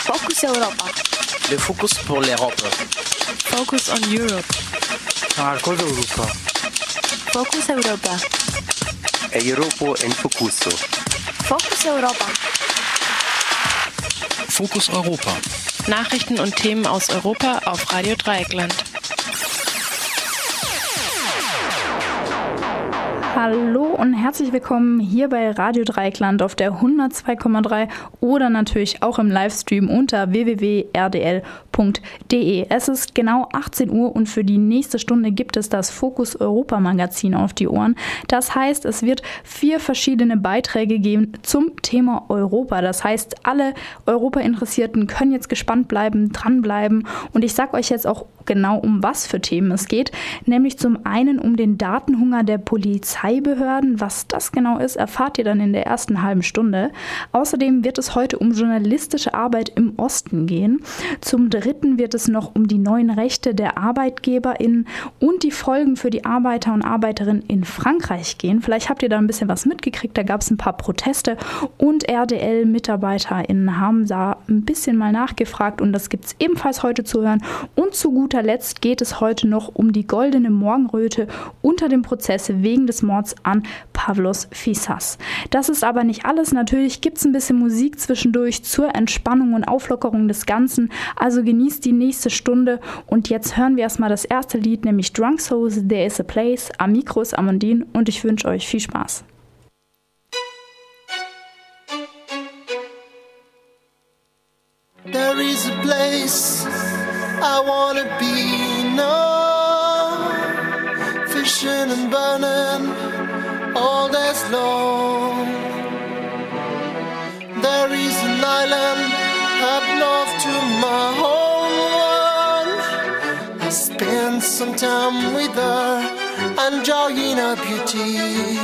Focus Europa. Le Focus pour l'Europe. Focus on Europe. Cosa Europa. Focus Europa. Europa in Focuso. Focus Europa. Fokus Europa. Nachrichten und Themen aus Europa auf Radio Dreieckland. Hallo und herzlich willkommen hier bei Radio Dreieckland auf der 102,3 oder natürlich auch im Livestream unter www.rdl.de. Es ist genau 18 Uhr und für die nächste Stunde gibt es das Fokus Europa Magazin auf die Ohren. Das heißt, es wird 4 verschiedene Beiträge geben zum Thema Europa. Das heißt, alle Europa-Interessierten können jetzt gespannt bleiben, dranbleiben und ich sage euch jetzt auch genau, um was für Themen es geht, nämlich zum einen um den Datenhunger der Polizeibehörden. Was das genau ist, erfahrt ihr dann in der ersten halben Stunde. Außerdem wird es heute um journalistische Arbeit im Osten gehen. Zum dritten wird es noch um die neuen Rechte der ArbeitgeberInnen und die Folgen für die Arbeiter und Arbeiterinnen in Frankreich gehen. Vielleicht habt ihr da ein bisschen was mitgekriegt, da gab es ein paar Proteste und RDL-MitarbeiterInnen haben da ein bisschen mal nachgefragt und das gibt es ebenfalls heute zu hören. Und zu guter Letzt geht es heute noch um die goldene Morgenröte unter dem Prozess wegen des Mords an Pavlos Fyssas. Das ist aber nicht alles. Natürlich gibt es ein bisschen Musik zwischendurch zur Entspannung und Auflockerung des Ganzen. Also genießt die nächste Stunde. Und jetzt hören wir erstmal das erste Lied, nämlich Drunk Souls, There is a Place. Am Mikro ist Amandine und ich wünsche euch viel Spaß. There is a place I wanna be, no, fishing and burning all day long. There is an island up north to my home. I spent some time with her, enjoying her beauty.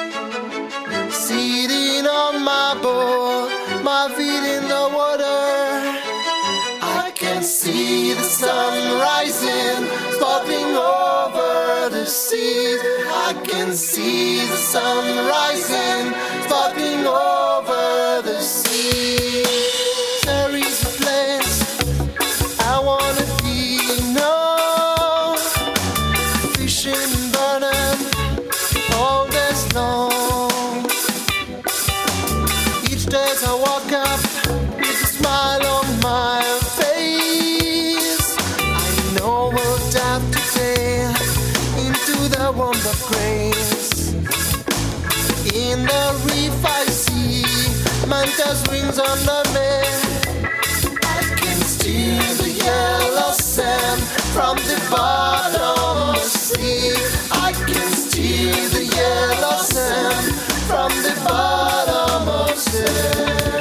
Sitting on my boat, my feet in the water. I can see the sun rising, sparkling over the seas. I can see the sun rising, sparkling over the seas. There is a place I wanna be, no, fishing and burning all day long. Each day I walk up with a smile on my face. I know we'll dive today into the womb of grace. In the reef I see manta's wings under me. I can steer the yellow sand from the bottom of the sea. I can steer the yellow sand from the bottom of the sea.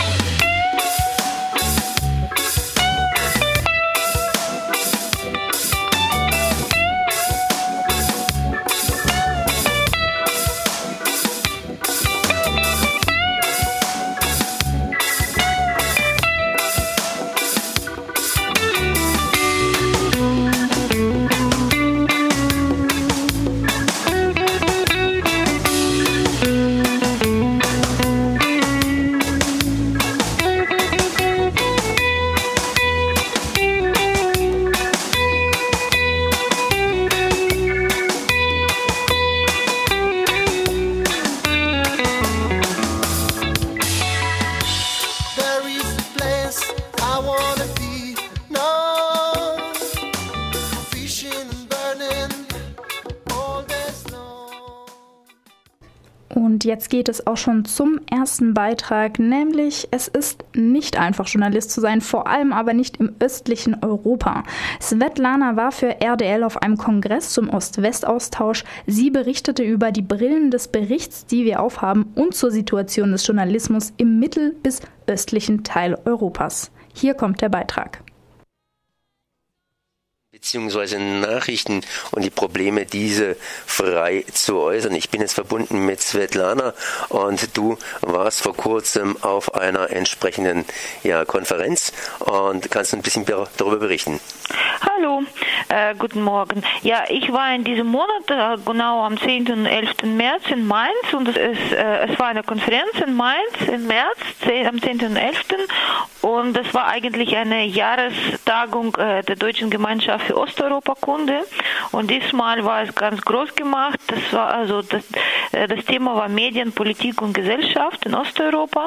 Und jetzt geht es auch schon zum ersten Beitrag, nämlich es ist nicht einfach, Journalist zu sein, vor allem aber nicht im östlichen Europa. Svetlana war für RDL auf einem Kongress zum Ost-West-Austausch. Sie berichtete über die Brillen des Berichts, die wir aufhaben, und zur Situation des Journalismus im mittel- bis östlichen Teil Europas. Hier kommt der Beitrag. beziehungsweise Nachrichten und die Probleme, diese frei zu äußern. Ich bin jetzt verbunden mit Svetlana und du warst vor kurzem auf einer entsprechenden Konferenz und kannst ein bisschen darüber berichten. Hallo, guten Morgen. Ja, ich war in diesem Monat, genau am 10. und 11. März in Mainz und es war eine Konferenz in Mainz im März, am 10. und 11. Und das war eigentlich eine Jahrestagung der Deutschen Gemeinschaft für Osteuropa-Kunde und diesmal war es ganz groß gemacht. Das war also das Thema war Medien, Politik und Gesellschaft in Osteuropa.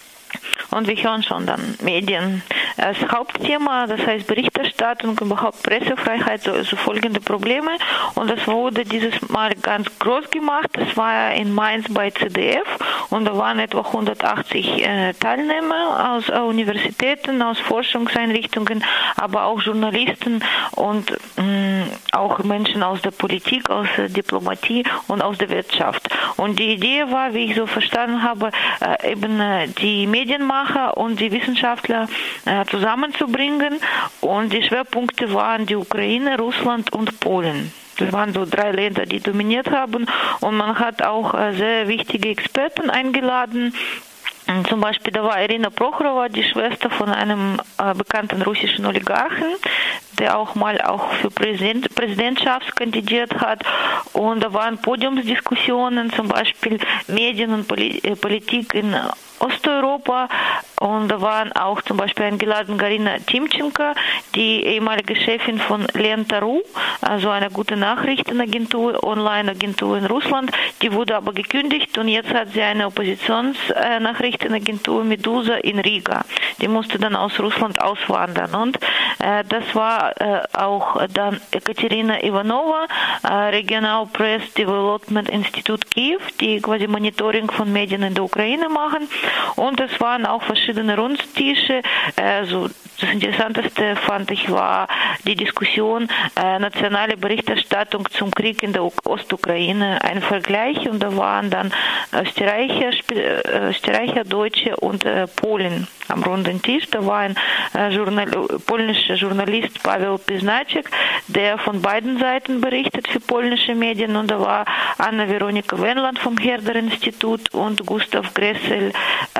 Und wir hören schon dann Medien als Hauptthema, das heißt Berichterstattung, überhaupt Pressefreiheit, so folgende Probleme. Und das wurde dieses Mal ganz groß gemacht. Das war in Mainz bei CDF und da waren etwa 180 Teilnehmer aus Universitäten, aus Forschungseinrichtungen, aber auch Journalisten und auch Menschen aus der Politik, aus der Diplomatie und aus der Wirtschaft. Und die Idee war, wie ich so verstanden habe, eben die Medienmacher und die Wissenschaftler zusammenzubringen. Und die Schwerpunkte waren die Ukraine, Russland und Polen. Das waren so 3 Länder, die dominiert haben. Und man hat auch sehr wichtige Experten eingeladen. Zum Beispiel, da war Irina Prochorova, die Schwester von einem bekannten russischen Oligarchen, der auch mal für Präsidentschaft kandidiert hat. Und da waren Podiumsdiskussionen, zum Beispiel Medien und Politik in Osteuropa. Und da waren auch zum Beispiel eingeladen Garina Timchenko, die ehemalige Chefin von Lenta.ru, also eine gute Nachrichtenagentur, Online-Agentur in Russland. Die wurde aber gekündigt und jetzt hat sie eine Oppositionsnachrichtenagentur Medusa in Riga. Die musste dann aus Russland auswandern. Und das war auch dann Ekaterina Ivanova, Regional Press Development Institute Kiew, die quasi Monitoring von Medien in der Ukraine machen. Und es waren auch verschiedene Rundtische. Also das Interessanteste fand ich war die Diskussion nationale Berichterstattung zum Krieg in der Ostukraine, ein Vergleich. Und da waren dann Österreicher, Deutsche und Polen am runden Tisch. Da war ein polnischer Journalist Paweł Piznacek, der von beiden Seiten berichtet für polnische Medien. Und da war Anna-Veronika Wendland vom Herder-Institut und Gustav Gressel,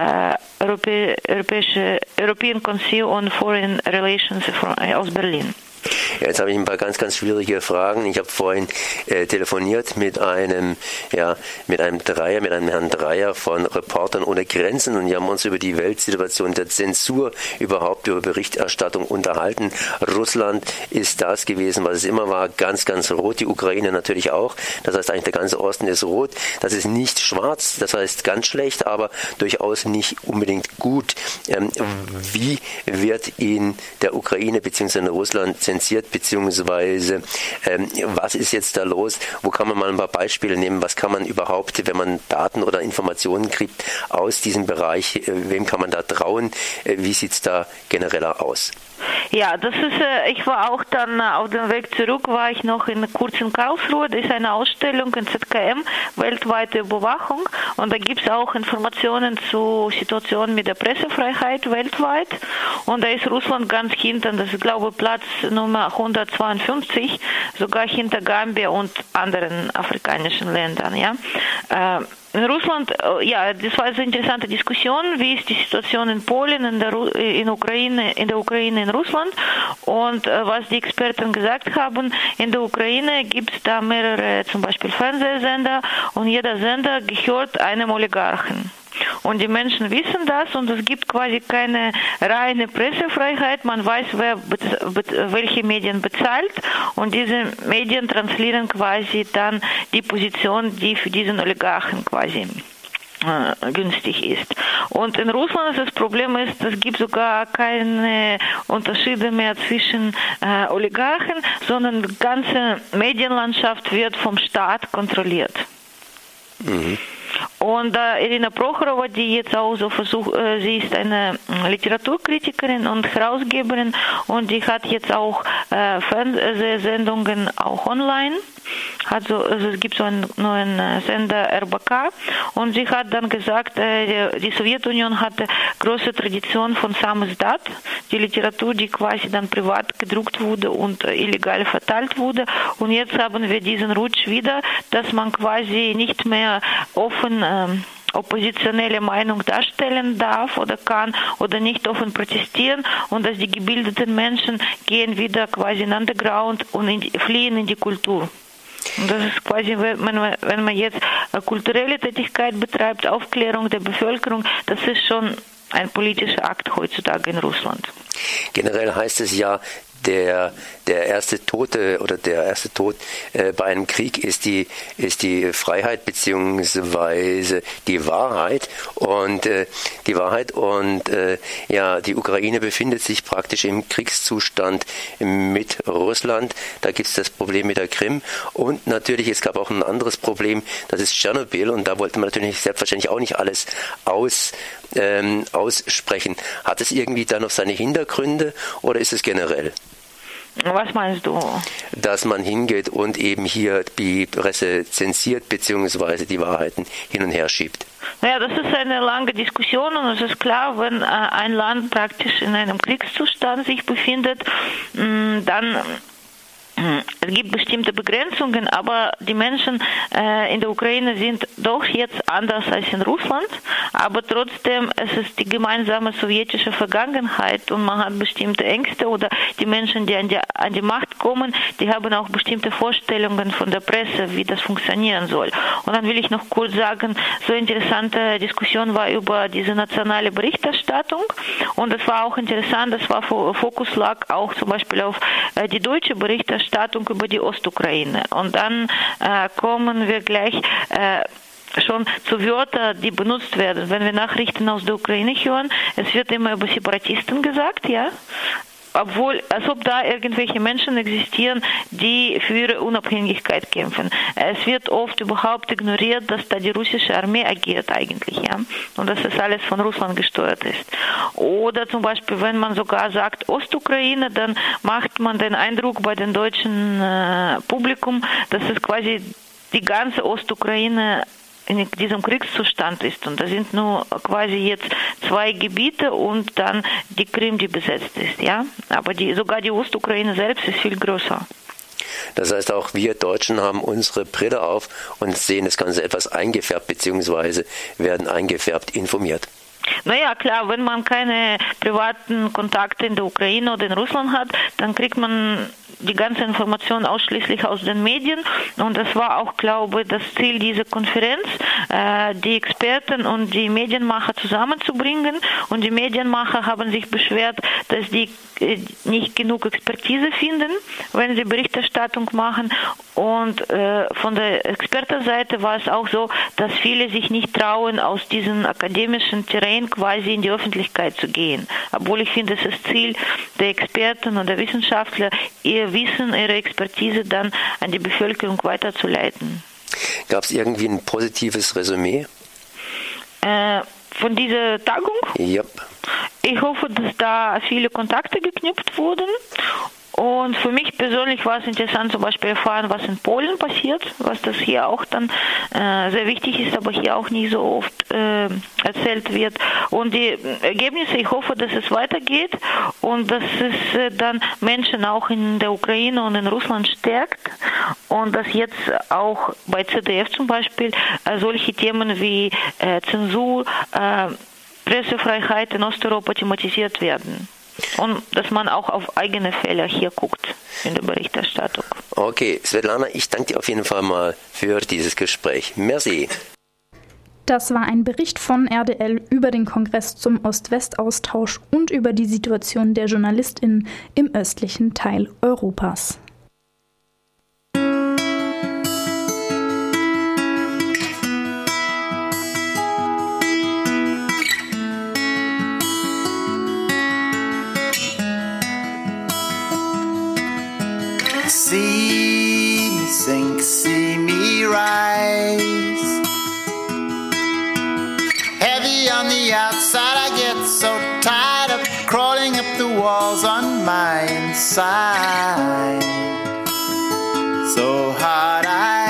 European Council on Foreign Relations aus Berlin. Ja, jetzt habe ich ein paar ganz, ganz schwierige Fragen. Ich habe vorhin telefoniert mit einem Herrn Dreyer von Reportern ohne Grenzen und wir haben uns über die Weltsituation der Zensur überhaupt über Berichterstattung unterhalten. Russland ist das gewesen, was es immer war, ganz, ganz rot. Die Ukraine natürlich auch. Das heißt eigentlich der ganze Osten ist rot. Das ist nicht schwarz, das heißt ganz schlecht, aber durchaus nicht unbedingt gut. Wie wird in der Ukraine bzw. in Russland zensiert, beziehungsweise was ist jetzt da los? Wo kann man mal ein paar Beispiele nehmen? Was kann man überhaupt, wenn man Daten oder Informationen kriegt aus diesem Bereich, wem kann man da trauen? Wie sieht es da generell aus? Ja, das ist, ich war auch dann auf dem Weg zurück, war ich noch kurz in Karlsruhe. Das ist eine Ausstellung in ZKM, weltweite Überwachung. Und da gibt es auch Informationen zu Situationen mit der Pressefreiheit weltweit. Und da ist Russland ganz hinten, das ist, glaube ich, Platz Nummer 152, sogar hinter Gambia und anderen afrikanischen Ländern. Ja. In Russland, das war eine interessante Diskussion, wie ist die Situation in Polen, in der Ukraine, in Russland und was die Experten gesagt haben, in der Ukraine gibt es da mehrere zum Beispiel Fernsehsender und jeder Sender gehört einem Oligarchen. Und die Menschen wissen das und es gibt quasi keine reine Pressefreiheit. Man weiß, wer welche Medien bezahlt und diese Medien translieren quasi dann die Position, die für diesen Oligarchen quasi günstig ist. Und in Russland das Problem ist, es gibt sogar keine Unterschiede mehr zwischen Oligarchen, sondern die ganze Medienlandschaft wird vom Staat kontrolliert. Mhm. Und Irina Prochorova, die jetzt auch so versucht, sie ist eine Literaturkritikerin und Herausgeberin und die hat jetzt auch Fernsehsendungen auch online. also es gibt so einen neuen Sender RBK, und sie hat dann gesagt, die Sowjetunion hatte große Tradition von Samizdat, die Literatur, die quasi dann privat gedruckt wurde und illegal verteilt wurde, und jetzt haben wir diesen Rutsch wieder, dass man quasi nicht mehr offen oppositionelle Meinung darstellen darf oder kann oder nicht offen protestieren, und dass die gebildeten Menschen gehen wieder quasi in Underground und fliehen in die Kultur. Und das ist quasi, wenn man jetzt kulturelle Tätigkeit betreibt, Aufklärung der Bevölkerung, das ist schon ein politischer Akt heutzutage in Russland. Generell heißt es ja, der erste Tote oder der erste Tod bei einem Krieg ist die Freiheit bzw. die Wahrheit, und die Ukraine befindet sich praktisch im Kriegszustand mit Russland. Da gibt es das Problem mit der Krim, und natürlich, es gab auch ein anderes Problem, das ist Tschernobyl, und da wollte man natürlich selbstverständlich auch nicht alles aussprechen. Hat es irgendwie da noch seine Hintergründe, oder ist es generell? Was meinst du? Dass man hingeht und eben hier die Presse zensiert bzw. die Wahrheiten hin und her schiebt. Naja, das ist eine lange Diskussion, und es ist klar, wenn ein Land praktisch in einem Kriegszustand sich befindet, dann es gibt bestimmte Begrenzungen, aber die Menschen in der Ukraine sind doch jetzt anders als in Russland, aber trotzdem es ist die gemeinsame sowjetische Vergangenheit, und man hat bestimmte Ängste, oder die Menschen, die an die Macht kommen, die haben auch bestimmte Vorstellungen von der Presse, wie das funktionieren soll. Und dann will ich noch kurz sagen, so interessante Diskussion war über diese nationale Berichterstattung, und es war auch interessant, Fokus lag auch zum Beispiel auf die deutsche Berichterstattung über die Ostukraine. Und dann kommen wir gleich schon zu Wörtern, die benutzt werden. Wenn wir Nachrichten aus der Ukraine hören, es wird immer über Separatisten gesagt, ja, obwohl, als ob da irgendwelche Menschen existieren, die für ihre Unabhängigkeit kämpfen. Es wird oft überhaupt ignoriert, dass da die russische Armee agiert eigentlich, ja, und dass das alles von Russland gesteuert ist. Oder zum Beispiel, wenn man sogar sagt Ostukraine, dann macht man den Eindruck bei dem deutschen Publikum, dass es quasi die ganze Ostukraine in diesem Kriegszustand ist. Und da sind nur quasi jetzt 2 Gebiete und dann die Krim, die besetzt ist. Ja? Aber sogar die Ostukraine selbst ist viel größer. Das heißt, auch wir Deutschen haben unsere Brille auf und sehen das Ganze etwas eingefärbt bzw. werden eingefärbt informiert. Naja, klar, wenn man keine privaten Kontakte in der Ukraine oder in Russland hat, dann kriegt man die ganze Information ausschließlich aus den Medien. Und das war auch, glaube ich, das Ziel dieser Konferenz, die Experten und die Medienmacher zusammenzubringen. Und die Medienmacher haben sich beschwert, dass die nicht genug Expertise finden, wenn sie Berichterstattung machen. Und von der Expertenseite war es auch so, dass viele sich nicht trauen, aus diesem akademischen Terrain quasi in die Öffentlichkeit zu gehen. Obwohl ich finde, es ist Ziel der Experten und der Wissenschaftler, ihr Wissen, ihre Expertise dann an die Bevölkerung weiterzuleiten. Gab es irgendwie ein positives Resümee? Von dieser Tagung? Ja. Ich hoffe, dass da viele Kontakte geknüpft wurden. Und für mich persönlich war es interessant, zum Beispiel erfahren, was in Polen passiert, was das hier auch dann sehr wichtig ist, aber hier auch nicht so oft erzählt wird. Und die Ergebnisse, ich hoffe, dass es weitergeht und dass es dann Menschen auch in der Ukraine und in Russland stärkt und dass jetzt auch bei ZDF zum Beispiel solche Themen wie Zensur, Pressefreiheit in Osteuropa thematisiert werden. Und dass man auch auf eigene Fälle hier guckt in der Berichterstattung. Okay, Svetlana, ich danke dir auf jeden Fall mal für dieses Gespräch. Merci. Das war ein Bericht von RDL über den Kongress zum Ost-West-Austausch und über die Situation der JournalistInnen im östlichen Teil Europas. See me sink, see me rise. Heavy on the outside, I get so tired of crawling up the walls on my inside. So hard I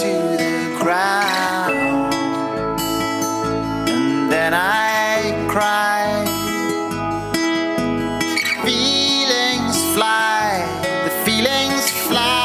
to the ground. And then I cry. Feelings fly, the feelings fly.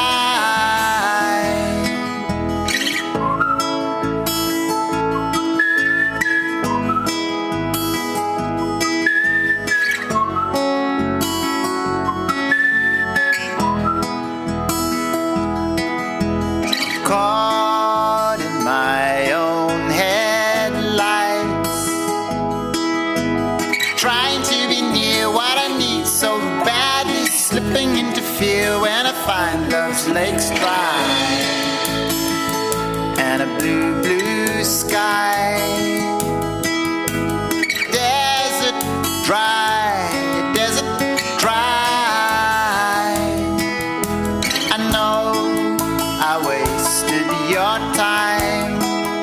Caught in my own headlights, trying to be near what I need so badly, slipping into fear when I find love's lakes dry and a blue, blue sky. Desert dry, desert dry. I know I wasted your time.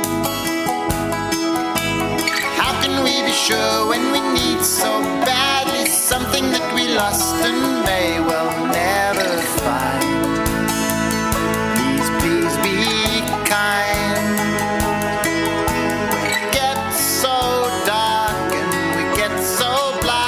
How can we be sure when we need so badly something that we lost and may well never find? Please, please be kind. We get so dark and we get so blind.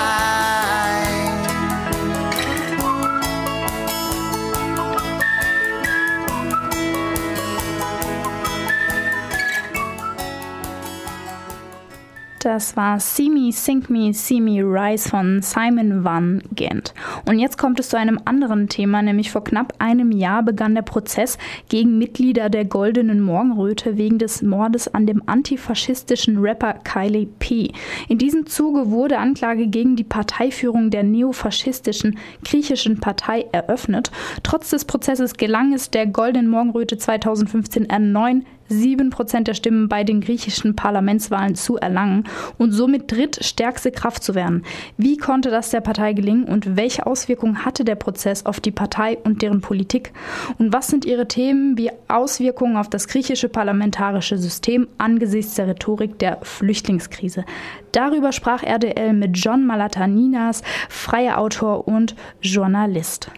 Das war See Me, Sink Me, See Me Rise von Simon Van Gent. Und jetzt kommt es zu einem anderen Thema, nämlich vor knapp einem Jahr begann der Prozess gegen Mitglieder der Goldenen Morgenröte wegen des Mordes an dem antifaschistischen Rapper Kylie P. In diesem Zuge wurde Anklage gegen die Parteiführung der neofaschistischen griechischen Partei eröffnet. Trotz des Prozesses gelang es der Goldenen Morgenröte 2015 erneut 7% der Stimmen bei den griechischen Parlamentswahlen zu erlangen und somit drittstärkste Kraft zu werden. Wie konnte das der Partei gelingen und welche Auswirkungen hatte der Prozess auf die Partei und deren Politik? Und was sind ihre Themen wie Auswirkungen auf das griechische parlamentarische System angesichts der Rhetorik der Flüchtlingskrise? Darüber sprach RDL mit John Malataninas, freier Autor und Journalist.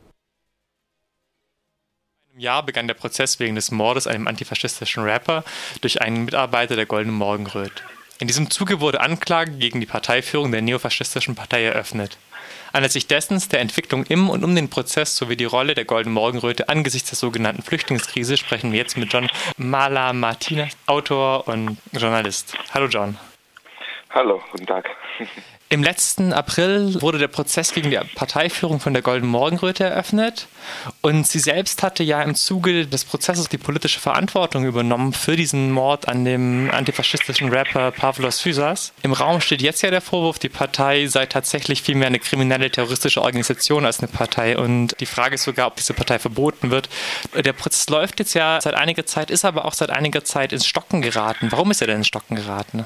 Jahr begann der Prozess wegen des Mordes an einem antifaschistischen Rapper durch einen Mitarbeiter der Goldenen Morgenröte. In diesem Zuge wurde Anklage gegen die Parteiführung der neofaschistischen Partei eröffnet. Anlässlich dessen der Entwicklung im und um den Prozess sowie die Rolle der Goldenen Morgenröte angesichts der sogenannten Flüchtlingskrise sprechen wir jetzt mit John Malataninas, Autor und Journalist. Hallo John. Hallo, guten Tag. Im letzten April wurde der Prozess gegen die Parteiführung von der Goldenen Morgenröte eröffnet und sie selbst hatte ja im Zuge des Prozesses die politische Verantwortung übernommen für diesen Mord an dem antifaschistischen Rapper Pavlos Physas. Im Raum steht jetzt ja der Vorwurf, die Partei sei tatsächlich vielmehr eine kriminelle terroristische Organisation als eine Partei und die Frage ist sogar, ob diese Partei verboten wird. Der Prozess läuft jetzt ja seit einiger Zeit, ist aber auch seit einiger Zeit ins Stocken geraten. Warum ist er denn ins Stocken geraten?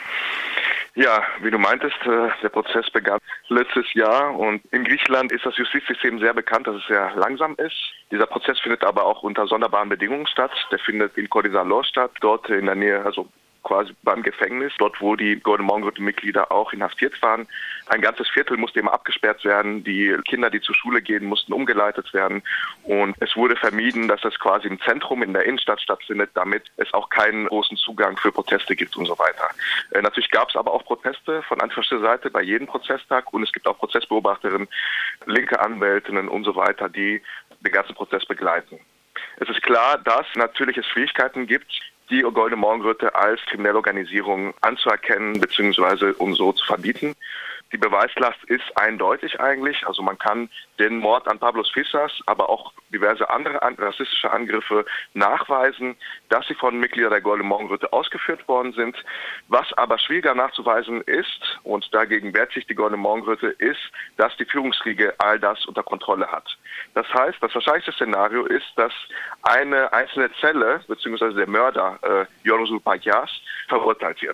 Ja, wie du meintest, der Prozess begann letztes Jahr und in Griechenland ist das Justizsystem sehr bekannt, dass es sehr langsam ist. Dieser Prozess findet aber auch unter sonderbaren Bedingungen statt. Der findet in Kodisalos statt, dort in der Nähe, also quasi beim Gefängnis, dort wo die Goldenen Morgenröte-Mitglieder auch inhaftiert waren. Ein ganzes Viertel musste immer abgesperrt werden. Die Kinder, die zur Schule gehen, mussten umgeleitet werden. Und es wurde vermieden, dass das quasi im Zentrum in der Innenstadt stattfindet, damit es auch keinen großen Zugang für Proteste gibt und so weiter. Natürlich gab es aber auch Proteste von antifaschistischer Seite bei jedem Prozesstag und es gibt auch Prozessbeobachterinnen, linke Anwältinnen und so weiter, die den ganzen Prozess begleiten. Es ist klar, dass natürlich es Schwierigkeiten gibt, die Goldene Morgenröte als kriminelle Organisation anzuerkennen bzw. um so zu verbieten. Die Beweislast ist eindeutig eigentlich. Also man kann den Mord an Pavlos Physas, aber auch diverse andere rassistische Angriffe nachweisen, dass sie von Mitgliedern der Goldenen Morgenröte ausgeführt worden sind. Was aber schwieriger nachzuweisen ist, und dagegen wehrt sich die Goldene Morgenröte, ist, dass die Führungsriege all das unter Kontrolle hat. Das heißt, das wahrscheinlichste Szenario ist, dass eine einzelne Zelle bzw. der Mörder Yoros Loupakias verurteilt wird.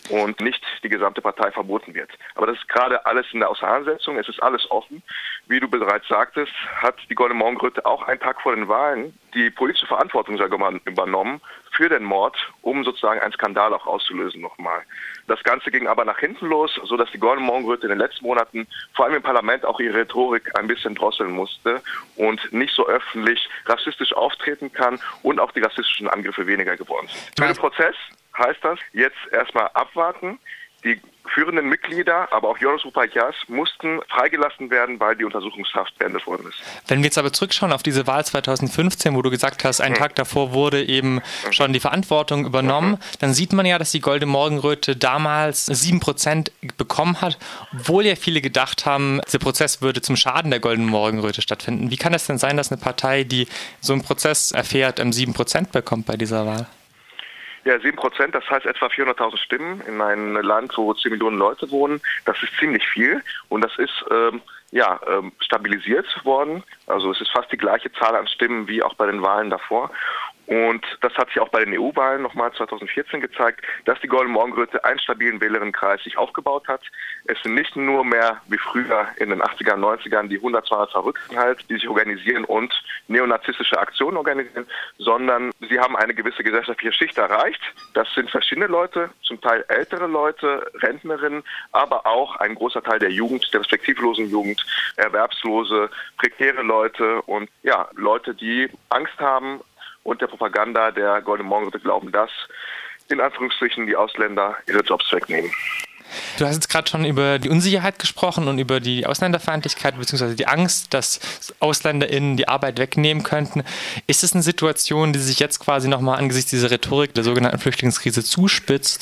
und nicht die gesamte Partei verboten wird. Aber das ist gerade alles in der Auseinandersetzung, es ist alles offen. Wie du bereits sagtest, hat die Goldene Morgenröte auch einen Tag vor den Wahlen die politische Verantwortung übernommen für den Mord, um sozusagen einen Skandal auch auszulösen nochmal. Das Ganze ging aber nach hinten los, sodass die Goldene Morgenröte in den letzten Monaten vor allem im Parlament auch ihre Rhetorik ein bisschen drosseln musste und nicht so öffentlich rassistisch auftreten kann und auch die rassistischen Angriffe weniger geworden sind. Für den Prozess heißt das jetzt erstmal abwarten. Die führenden Mitglieder, aber auch Yoros Upayas, mussten freigelassen werden, weil die Untersuchungshaft beendet worden ist. Wenn wir jetzt aber zurückschauen auf diese Wahl 2015, wo du gesagt hast, einen Tag davor wurde eben schon die Verantwortung übernommen, dann sieht man ja, dass die Goldene Morgenröte damals 7% bekommen hat, obwohl ja viele gedacht haben, dieser Prozess würde zum Schaden der Goldenen Morgenröte stattfinden. Wie kann es denn sein, dass eine Partei, die so einen Prozess erfährt, 7% bekommt bei dieser Wahl? Ja, 7%, das heißt etwa 400.000 Stimmen in einem Land, wo 10 Millionen Leute wohnen. Das ist ziemlich viel und das ist stabilisiert worden. Also es ist fast die gleiche Zahl an Stimmen wie auch bei den Wahlen davor. Und das hat sich auch bei den EU-Wahlen nochmal 2014 gezeigt, dass die Goldene Morgenröte einen stabilen Wählerinnenkreis sich aufgebaut hat. Es sind nicht nur mehr wie früher in den 80er, 90ern die 100, 200 Verrückten halt, die sich organisieren und neonazistische Aktionen organisieren, sondern sie haben eine gewisse gesellschaftliche Schicht erreicht. Das sind verschiedene Leute, zum Teil ältere Leute, Rentnerinnen, aber auch ein großer Teil der Jugend, der perspektivlosen Jugend, Erwerbslose, prekäre Leute und ja, Leute, die Angst haben, und der Propaganda der Goldenen Morgenröte glauben, dass in Anführungsstrichen die Ausländer ihre Jobs wegnehmen. Du hast jetzt gerade schon über die Unsicherheit gesprochen und über die Ausländerfeindlichkeit bzw. die Angst, dass AusländerInnen die Arbeit wegnehmen könnten. Ist es eine Situation, die sich jetzt quasi nochmal angesichts dieser Rhetorik der sogenannten Flüchtlingskrise zuspitzt?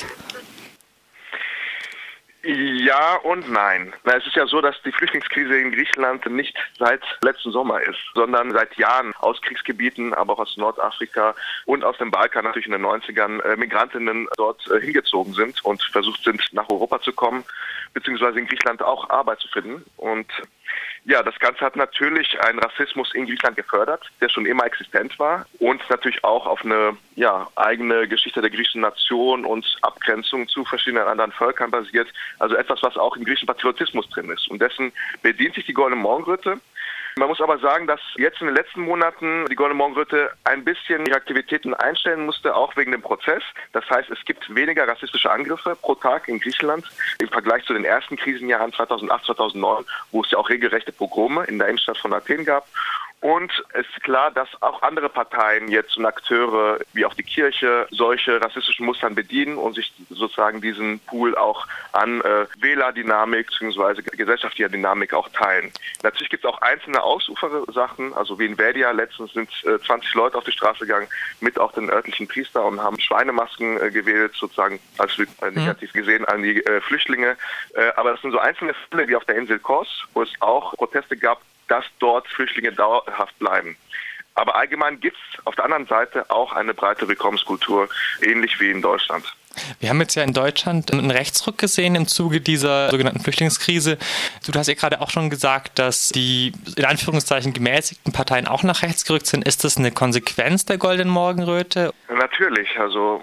Ja und nein. Es ist ja so, dass die Flüchtlingskrise in Griechenland nicht seit letzten Sommer ist, sondern seit Jahren aus Kriegsgebieten, aber auch aus Nordafrika und aus dem Balkan natürlich in den 90ern Migrantinnen dort hingezogen sind und versucht sind, nach Europa zu kommen, beziehungsweise in Griechenland auch Arbeit zu finden. Und ja, das Ganze hat natürlich einen Rassismus in Griechenland gefördert, der schon immer existent war und natürlich auch auf eine eigene Geschichte der griechischen Nation und Abgrenzung zu verschiedenen anderen Völkern basiert. Also etwas, was auch im griechischen Patriotismus drin ist. Und dessen bedient sich die Goldene Morgenröte. Man muss aber sagen, dass jetzt in den letzten Monaten die Goldene Morgenröte ein bisschen ihre Aktivitäten einstellen musste, auch wegen dem Prozess. Das heißt, es gibt weniger rassistische Angriffe pro Tag in Griechenland im Vergleich zu den ersten Krisenjahren 2008, 2009, wo es ja auch regelrechte Pogrome in der Innenstadt von Athen gab. Und es ist klar, dass auch andere Parteien jetzt und Akteure, wie auch die Kirche, solche rassistischen Mustern bedienen und sich sozusagen diesen Pool auch an Wählerdynamik bzw. gesellschaftlicher Dynamik auch teilen. Natürlich gibt es auch einzelne Ausufersachen, also wie in Verdia, letztens sind 20 Leute auf die Straße gegangen, mit auch den örtlichen Priester und haben Schweinemasken gewählt, sozusagen als negativ gesehen an die Flüchtlinge. Aber das sind so einzelne Fälle wie auf der Insel Kos, wo es auch Proteste gab, dass dort Flüchtlinge dauerhaft bleiben. Aber allgemein gibt es auf der anderen Seite auch eine breite Willkommenskultur, ähnlich wie in Deutschland. Wir haben jetzt ja in Deutschland einen Rechtsruck gesehen im Zuge dieser sogenannten Flüchtlingskrise. Du hast ja gerade auch schon gesagt, dass die in Anführungszeichen gemäßigten Parteien auch nach rechts gerückt sind. Ist das eine Konsequenz der Goldenen Morgenröte? Natürlich, also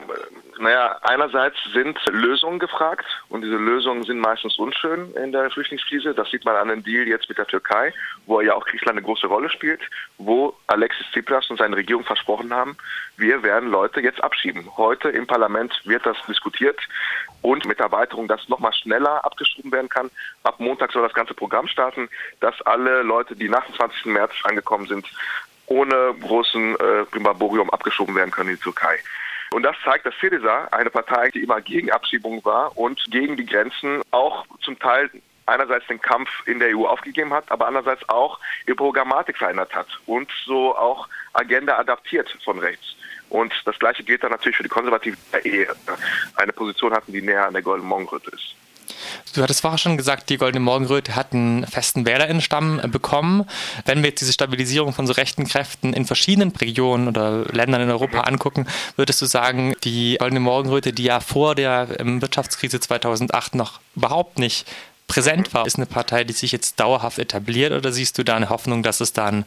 einerseits sind Lösungen gefragt und diese Lösungen sind meistens unschön in der Flüchtlingskrise. Das sieht man an dem Deal jetzt mit der Türkei, wo ja auch Griechenland eine große Rolle spielt, wo Alexis Tsipras und seine Regierung versprochen haben, wir werden Leute jetzt abschieben. Heute im Parlament wird das diskutiert und mit der Erweiterung, dass nochmal schneller abgeschoben werden kann. Ab Montag soll das ganze Programm starten, dass alle Leute, die nach dem 20. März angekommen sind, ohne großen Brimborium abgeschoben werden können in die Türkei. Und das zeigt, dass Syriza, eine Partei, die immer gegen Abschiebung war und gegen die Grenzen, auch zum Teil einerseits den Kampf in der EU aufgegeben hat, aber andererseits auch ihre Programmatik verändert hat und so auch Agenda adaptiert von rechts. Und das Gleiche gilt dann natürlich für die Konservativen, die eine Position hatten, die näher an der Goldenen Morgenröte ist. Du hattest vorher schon gesagt, die Goldene Morgenröte hat einen festen Wählerinnenstamm bekommen. Wenn wir jetzt diese Stabilisierung von so rechten Kräften in verschiedenen Regionen oder Ländern in Europa angucken, würdest du sagen, die Goldene Morgenröte, die ja vor der Wirtschaftskrise 2008 noch überhaupt nicht präsent war, ist eine Partei, die sich jetzt dauerhaft etabliert, oder siehst du da eine Hoffnung, dass es da einen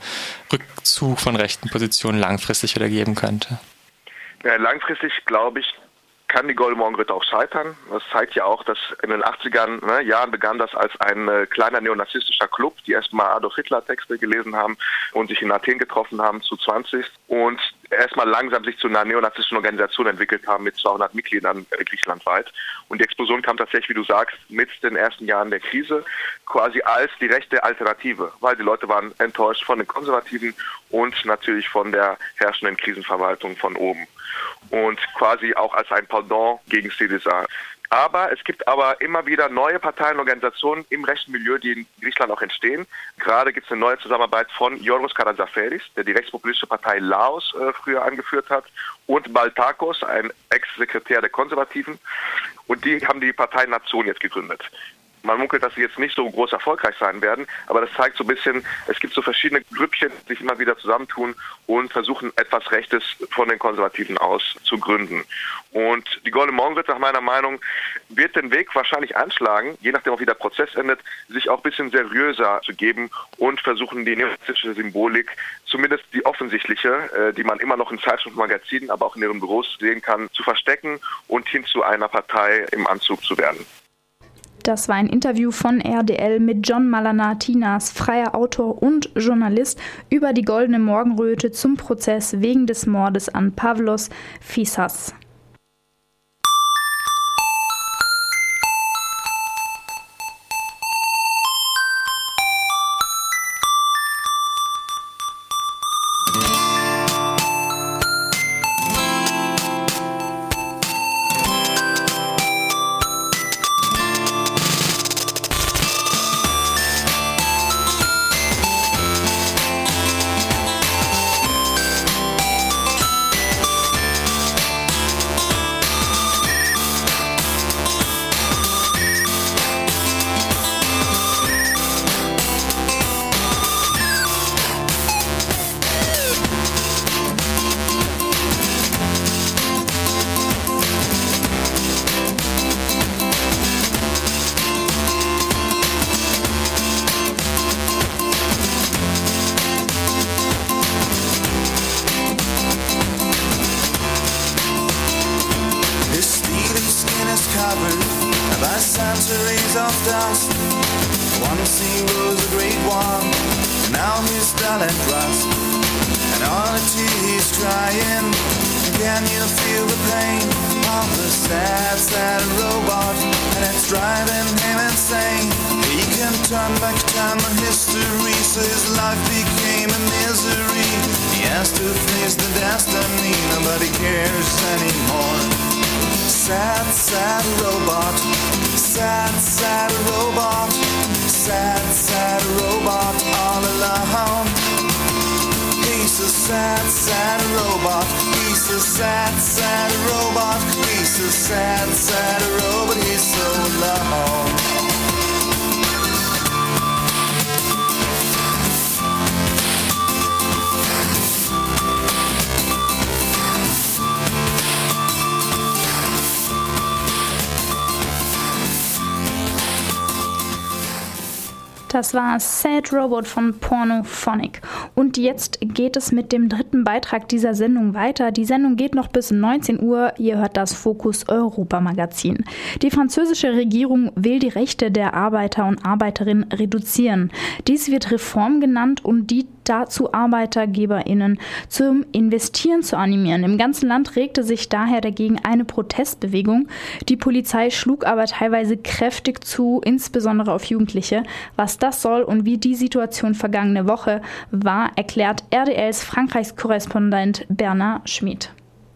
Rückzug von rechten Positionen langfristig wieder geben könnte? Ja, langfristig glaube ich, kann die Goldene Morgenröte auch scheitern. Das zeigt ja auch, dass in den 80er Jahren begann das als ein kleiner neonazistischer Club, die erstmal Adolf Hitler Texte gelesen haben und sich in Athen getroffen haben zu 20 und erstmal langsam sich zu einer neonazistischen Organisation entwickelt haben mit 200 Mitgliedern griechenlandweit. Und die Explosion kam tatsächlich, wie du sagst, mit den ersten Jahren der Krise quasi als die rechte Alternative, weil die Leute waren enttäuscht von den Konservativen und natürlich von der herrschenden Krisenverwaltung von oben. Und quasi auch als ein Pendant gegen Syriza. Aber es gibt aber immer wieder neue Parteien und Organisationen im rechten Milieu, die in Griechenland auch entstehen. Gerade gibt es eine neue Zusammenarbeit von Yorgos Karazaferis, der die rechtspopulistische Partei Laos früher angeführt hat, und Baltakos, ein Ex-Sekretär der Konservativen. Und die haben die Partei Nation jetzt gegründet. Man munkelt, dass sie jetzt nicht so groß erfolgreich sein werden, aber das zeigt so ein bisschen, es gibt so verschiedene Grüppchen, die sich immer wieder zusammentun und versuchen, etwas Rechtes von den Konservativen aus zu gründen. Und die Goldene Morgenröte, nach meiner Meinung, wird den Weg wahrscheinlich einschlagen, je nachdem auch wie der Prozess endet, sich auch ein bisschen seriöser zu geben und versuchen, die neonazistische Symbolik, zumindest die offensichtliche, die man immer noch in Zeitschriften, Magazinen, aber auch in ihren Büros sehen kann, zu verstecken und hin zu einer Partei im Anzug zu werden. Das war ein Interview von RDL mit John Malanatinas, freier Autor und Journalist, über die Goldene Morgenröte zum Prozess wegen des Mordes an Pavlos Fyssas. by centuries of dust. Once he was a great one, now he's dull and rust. And honestly he's trying. Can you feel the pain of the sad, sad robot? And it's driving him insane. He can turn back time on history, so his life became a misery. He has to face the destiny, nobody cares anymore. Sad, sad robot. Sad, sad robot. Sad, sad robot all alone. He's a sad, sad robot. He's a sad, sad robot. He's a sad, sad robot. He's so alone. Das war Sad Robot von Pornophonic. Und jetzt geht es mit dem dritten Beitrag dieser Sendung weiter. Die Sendung geht noch bis 19 Uhr. Ihr hört das Fokus Europa Magazin. Die französische Regierung will die Rechte der Arbeiter und Arbeiterinnen reduzieren. Dies wird Reform genannt und die dazu ArbeitergeberInnen zum Investieren zu animieren. Im ganzen Land regte sich daher dagegen eine Protestbewegung. Die Polizei schlug aber teilweise kräftig zu, insbesondere auf Jugendliche. Was das soll und wie die Situation vergangene Woche war, erklärt RDLs Frankreichs-Korrespondent Bernard Schmid.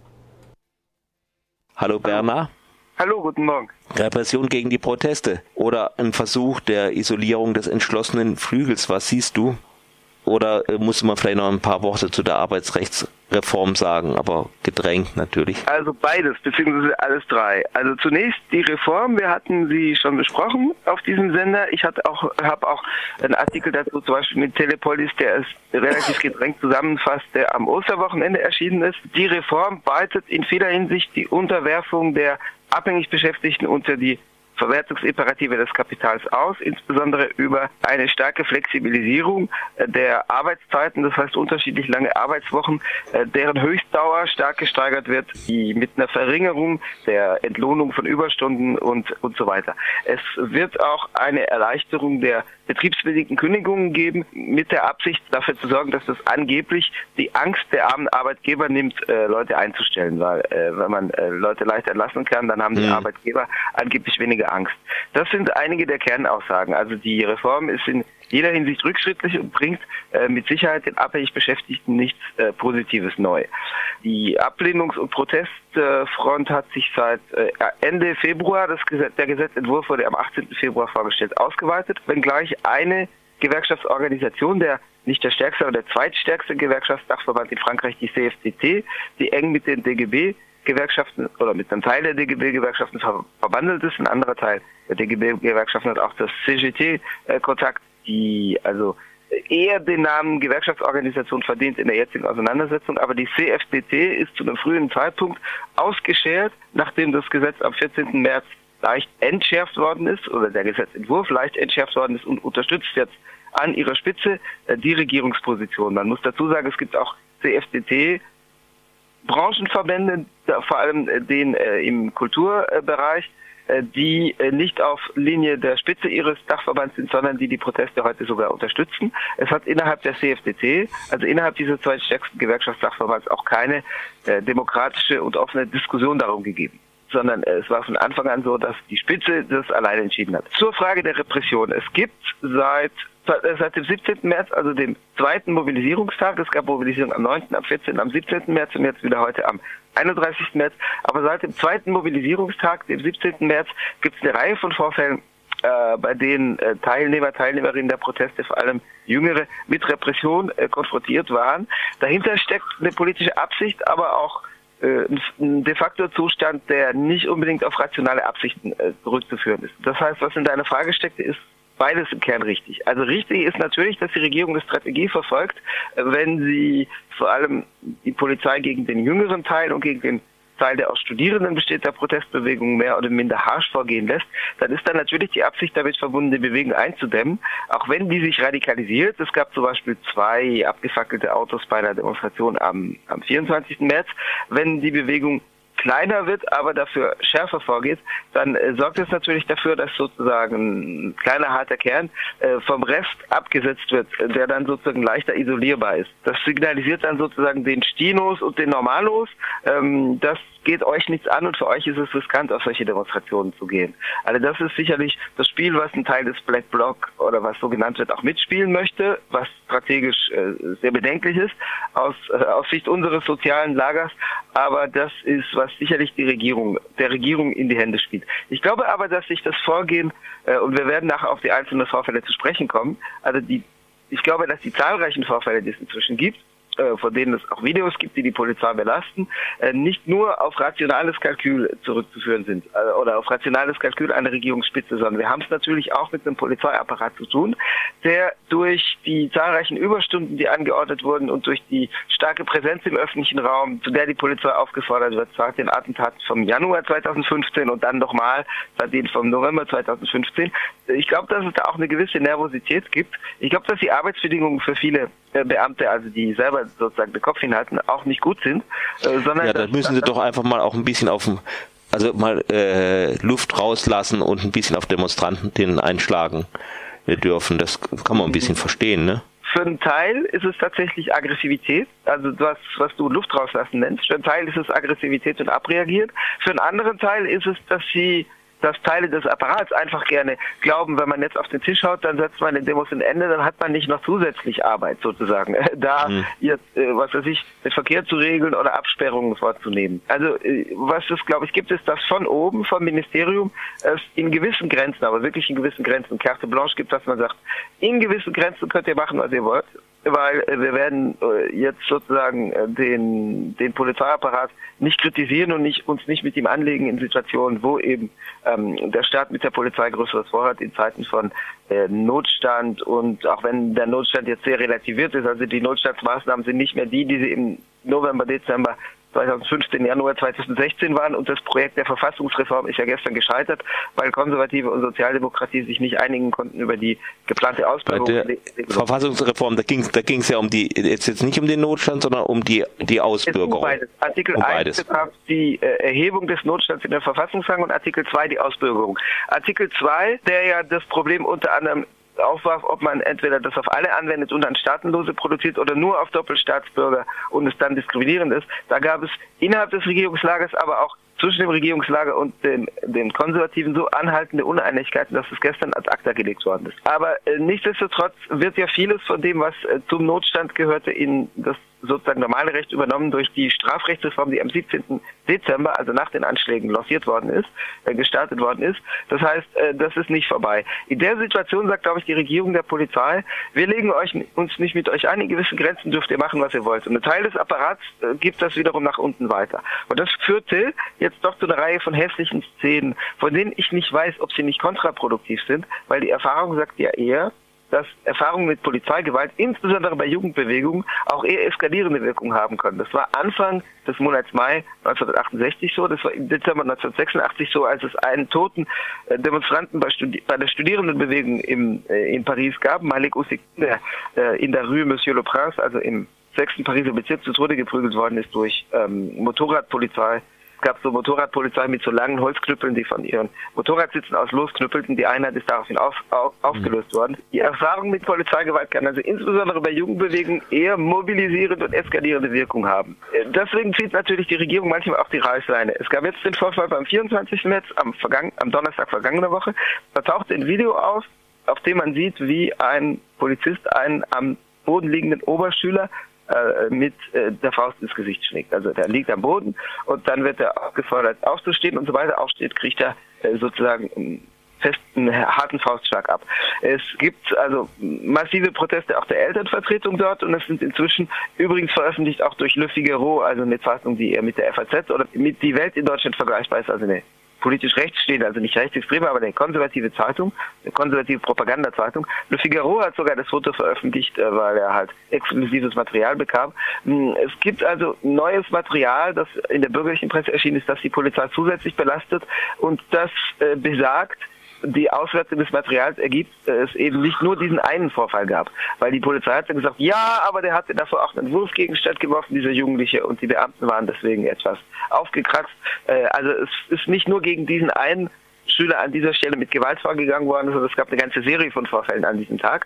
Hallo Bernard. Hallo, guten Morgen. Repression gegen die Proteste oder ein Versuch der Isolierung des entschlossenen Flügels, was siehst du? Oder muss man vielleicht noch ein paar Worte zu der Arbeitsrechtsreform sagen, aber gedrängt natürlich? Also beides, beziehungsweise alles drei. Also zunächst die Reform, wir hatten sie schon besprochen auf diesem Sender. Ich habe auch einen Artikel dazu, zum Beispiel mit Telepolis, der es relativ gedrängt zusammenfasst, der am Osterwochenende erschienen ist. Die Reform beitet in vieler Hinsicht die Unterwerfung der abhängig Beschäftigten unter die Verwertungsimperative des Kapitals aus, insbesondere über eine starke Flexibilisierung der Arbeitszeiten, das heißt unterschiedlich lange Arbeitswochen, deren Höchstdauer stark gesteigert wird, die mit einer Verringerung der Entlohnung von Überstunden und so weiter. Es wird auch eine Erleichterung der betriebsbedingten Kündigungen geben, mit der Absicht dafür zu sorgen, dass das angeblich die Angst der armen Arbeitgeber nimmt, Leute einzustellen, weil wenn man Leute leicht entlassen kann, dann haben die Arbeitgeber angeblich weniger Angst. Das sind einige der Kernaussagen. Also die Reform ist in jeder Hinsicht rückschrittlich und bringt mit Sicherheit den abhängig Beschäftigten nichts Positives neu. Die Ablehnungs- und Protestfront hat sich seit Ende Februar, der Gesetzentwurf wurde am 18. Februar vorgestellt, ausgeweitet, wenngleich eine Gewerkschaftsorganisation, nicht der stärkste, aber der zweitstärkste Gewerkschaftsdachverband in Frankreich, die CFDT, die eng mit den DGB-Gewerkschaften oder mit einem Teil der DGB-Gewerkschaften verbandelt ist. Ein anderer Teil der DGB-Gewerkschaften hat auch das CGT-Kontakt, die also eher den Namen Gewerkschaftsorganisation verdient in der jetzigen Auseinandersetzung, aber die CFDT ist zu einem frühen Zeitpunkt ausgeschert, nachdem das Gesetz am 14. März leicht entschärft worden ist, oder der Gesetzentwurf leicht entschärft worden ist, und unterstützt jetzt an ihrer Spitze die Regierungsposition. Man muss dazu sagen, es gibt auch CFDT-Branchenverbände, vor allem den im Kulturbereich, die nicht auf Linie der Spitze ihres Dachverbands sind, sondern die Proteste heute sogar unterstützen. Es hat innerhalb der CFDT, also innerhalb dieser zweitstärksten Gewerkschaftsdachverbands, auch keine demokratische und offene Diskussion darum gegeben, sondern es war von Anfang an so, dass die Spitze das alleine entschieden hat. Zur Frage der Repression. Es gibt seit dem 17. März, also dem zweiten Mobilisierungstag, es gab Mobilisierung am 9., am 14., am 17. März und jetzt wieder heute am 31. März, aber seit dem zweiten Mobilisierungstag, dem 17. März, gibt es eine Reihe von Vorfällen, bei denen Teilnehmerinnen der Proteste, vor allem Jüngere, mit Repression konfrontiert waren. Dahinter steckt eine politische Absicht, aber auch ein de facto Zustand, der nicht unbedingt auf rationale Absichten zurückzuführen ist. Das heißt, was in deiner Frage steckte, ist beides im Kern richtig. Also richtig ist natürlich, dass die Regierung eine Strategie verfolgt, wenn sie vor allem die Polizei gegen den jüngeren Teil und gegen den Teil, der aus Studierenden besteht, der Protestbewegung mehr oder minder harsch vorgehen lässt, dann ist dann natürlich die Absicht damit verbunden, die Bewegung einzudämmen, auch wenn die sich radikalisiert. Es gab zum Beispiel 2 abgefackelte Autos bei einer Demonstration am 24. März. Wenn die Bewegung kleiner wird, aber dafür schärfer vorgeht, dann sorgt es natürlich dafür, dass sozusagen ein kleiner harter Kern vom Rest abgesetzt wird, der dann sozusagen leichter isolierbar ist. Das signalisiert dann sozusagen den Stinos und den Normalos, das geht euch nichts an und für euch ist es riskant, auf solche Demonstrationen zu gehen. Also das ist sicherlich das Spiel, was ein Teil des Black Bloc oder was so genannt wird, auch mitspielen möchte, was strategisch sehr bedenklich ist aus Sicht unseres sozialen Lagers, aber das ist, was sicherlich der Regierung in die Hände spielt. Ich glaube aber, dass sich das Vorgehen, und wir werden nachher auf die einzelnen Vorfälle zu sprechen kommen, also ich glaube, dass die zahlreichen Vorfälle, die es inzwischen gibt, von denen es auch Videos gibt, die die Polizei belasten, nicht nur auf rationales Kalkül zurückzuführen sind oder auf rationales Kalkül einer Regierungsspitze, sondern wir haben es natürlich auch mit einem Polizeiapparat zu tun, der durch die zahlreichen Überstunden, die angeordnet wurden und durch die starke Präsenz im öffentlichen Raum, zu der die Polizei aufgefordert wird, seit den Attentaten vom Januar 2015 und dann nochmal seit denen vom November 2015. Ich glaube, dass es da auch eine gewisse Nervosität gibt. Ich glaube, dass die Arbeitsbedingungen für viele Beamte, also die selber sozusagen den Kopf hinhalten, auch nicht gut sind, sondern... Ja, da müssen sie doch einfach mal auch ein bisschen Luft rauslassen und ein bisschen auf Demonstranten einschlagen dürfen. Das kann man ein bisschen verstehen, ne? Für einen Teil ist es tatsächlich Aggressivität, also das, was du Luft rauslassen nennst. Für einen Teil ist es Aggressivität und abreagiert. Für einen anderen Teil ist es, dass Teile des Apparats einfach gerne glauben, wenn man jetzt auf den Tisch haut, dann setzt man den Demos ein Ende, dann hat man nicht noch zusätzlich Arbeit sozusagen, jetzt, was weiß ich, den Verkehr zu regeln oder Absperrungen vorzunehmen. Also was es, glaube ich, gibt, ist, dass von oben, vom Ministerium, es in gewissen Grenzen, aber wirklich in gewissen Grenzen, Carte Blanche gibt, dass man sagt, in gewissen Grenzen könnt ihr machen, was ihr wollt, weil wir werden jetzt sozusagen den Polizeiapparat nicht kritisieren und uns nicht mit ihm anlegen in Situationen, wo eben der Staat mit der Polizei Größeres vorhat in Zeiten von Notstand, und auch wenn der Notstand jetzt sehr relativiert ist, also die Notstandsmaßnahmen sind nicht mehr die sie im November, Dezember 2015, Januar 2016 waren, und das Projekt der Verfassungsreform ist ja gestern gescheitert, weil Konservative und Sozialdemokratie sich nicht einigen konnten über die geplante Ausbildung. Bei der Verfassungsreform, da ging's ja um jetzt nicht um den Notstand, sondern um die Ausbürgerung. Um beides. Artikel 1 betraf die Erhebung des Notstands in der Verfassungssache und Artikel 2 die Ausbürgerung. Artikel 2, der ja das Problem unter anderem aufwarf, ob man entweder das auf alle anwendet und dann Staatenlose produziert oder nur auf Doppelstaatsbürger und es dann diskriminierend ist. Da gab es innerhalb des Regierungslagers, aber auch zwischen dem Regierungslager und den Konservativen so anhaltende Uneinigkeiten, dass es gestern ad acta gelegt worden ist. Aber nichtsdestotrotz wird ja vieles von dem, was zum Notstand gehörte, in das sozusagen normale Recht übernommen durch die Strafrechtsreform, die am 17. Dezember, also nach den Anschlägen, lanciert worden ist, gestartet worden ist. Das heißt, das ist nicht vorbei. In der Situation sagt, glaube ich, die Regierung der Polizei, wir legen uns nicht mit euch ein, in gewissen Grenzen dürft ihr machen, was ihr wollt. Und ein Teil des Apparats gibt das wiederum nach unten weiter. Und das führte jetzt doch zu einer Reihe von hässlichen Szenen, von denen ich nicht weiß, ob sie nicht kontraproduktiv sind, weil die Erfahrung sagt ja eher, dass Erfahrungen mit Polizeigewalt, insbesondere bei Jugendbewegungen, auch eher eskalierende Wirkung haben können. Das war Anfang des Monats Mai 1968 so, das war im Dezember 1986 so, als es einen toten Demonstranten bei der Studierendenbewegung in Paris gab, Malik Oussekine, der in der Rue Monsieur le Prince, also im 6. Pariser Bezirk, zu Tode geprügelt worden ist durch Motorradpolizei. Es gab so Motorradpolizei mit so langen Holzknüppeln, die von ihren Motorradsitzen aus losknüppelten. Die Einheit ist daraufhin aufgelöst worden. Die Erfahrung mit Polizeigewalt kann also insbesondere bei Jugendbewegungen eher mobilisierende und eskalierende Wirkung haben. Deswegen zieht natürlich die Regierung manchmal auch die Reißleine. Es gab jetzt den Vorfall beim 24. März, am Donnerstag vergangener Woche. Da tauchte ein Video auf dem man sieht, wie ein Polizist einen am Boden liegenden Oberschüler mit der Faust ins Gesicht schlägt. Also der liegt am Boden und dann wird er aufgefordert aufzustehen und sobald er aufsteht, kriegt er sozusagen einen festen, harten Faustschlag ab. Es gibt also massive Proteste auch der Elternvertretung dort und es sind inzwischen übrigens veröffentlicht auch durch Le Figaro, also eine Zeitung, die eher mit der FAZ oder mit Die Welt in Deutschland vergleichbar ist, also eine politisch rechts stehende, also nicht rechtsextreme, aber eine konservative Zeitung, eine konservative Propagandazeitung. Le Figaro hat sogar das Foto veröffentlicht, weil er halt exklusives Material bekam. Es gibt also neues Material, das in der bürgerlichen Presse erschienen ist, das die Polizei zusätzlich belastet und das besagt, die Auswertung des Materials ergibt, es eben nicht nur diesen einen Vorfall gab. Weil die Polizei hat dann gesagt, ja, aber der hatte davor auch einen Wurfgegenstand geworfen, dieser Jugendliche, und die Beamten waren deswegen etwas aufgekratzt. Also es ist nicht nur gegen diesen einen Schüler an dieser Stelle mit Gewalt vorgegangen worden, sondern es gab eine ganze Serie von Vorfällen an diesem Tag.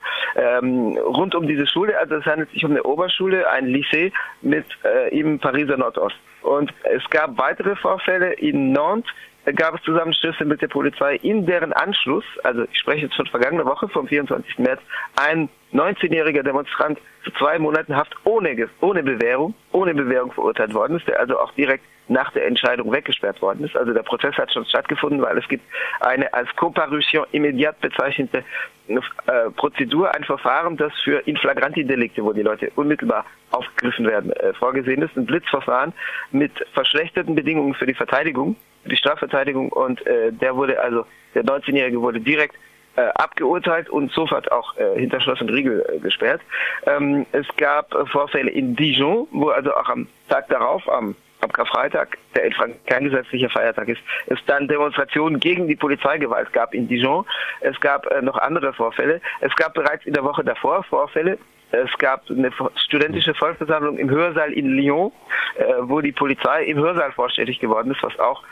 Rund um diese Schule, also es handelt sich um eine Oberschule, ein Lycée mit im Pariser Nordost. Und es gab weitere Vorfälle in Nantes, gab es Zusammenstöße mit der Polizei, in deren Anschluss, also ich spreche jetzt von vergangener Woche, vom 24. März, ein 19-jähriger Demonstrant zu 2 Monaten Haft ohne Bewährung verurteilt worden ist, der also auch direkt nach der Entscheidung weggesperrt worden ist. Also der Prozess hat schon stattgefunden, weil es gibt eine als Comparution immédiate bezeichnete Prozedur, ein Verfahren, das für in flagranti Delikte, wo die Leute unmittelbar aufgegriffen werden, vorgesehen ist. Ein Blitzverfahren mit verschlechterten Bedingungen für die Verteidigung, für die Strafverteidigung, und der 19-Jährige wurde direkt abgeurteilt und sofort auch hinter Schloss und Riegel gesperrt. Es gab Vorfälle in Dijon, wo also auch am Tag darauf, am Karfreitag, der in Frankreich kein gesetzlicher Feiertag ist, es dann Demonstrationen gegen die Polizeigewalt gab in Dijon. Es gab noch andere Vorfälle. Es gab bereits in der Woche davor Vorfälle. Es gab eine studentische Volksversammlung im Hörsaal in Lyon, wo die Polizei im Hörsaal vorstellig geworden ist, was auch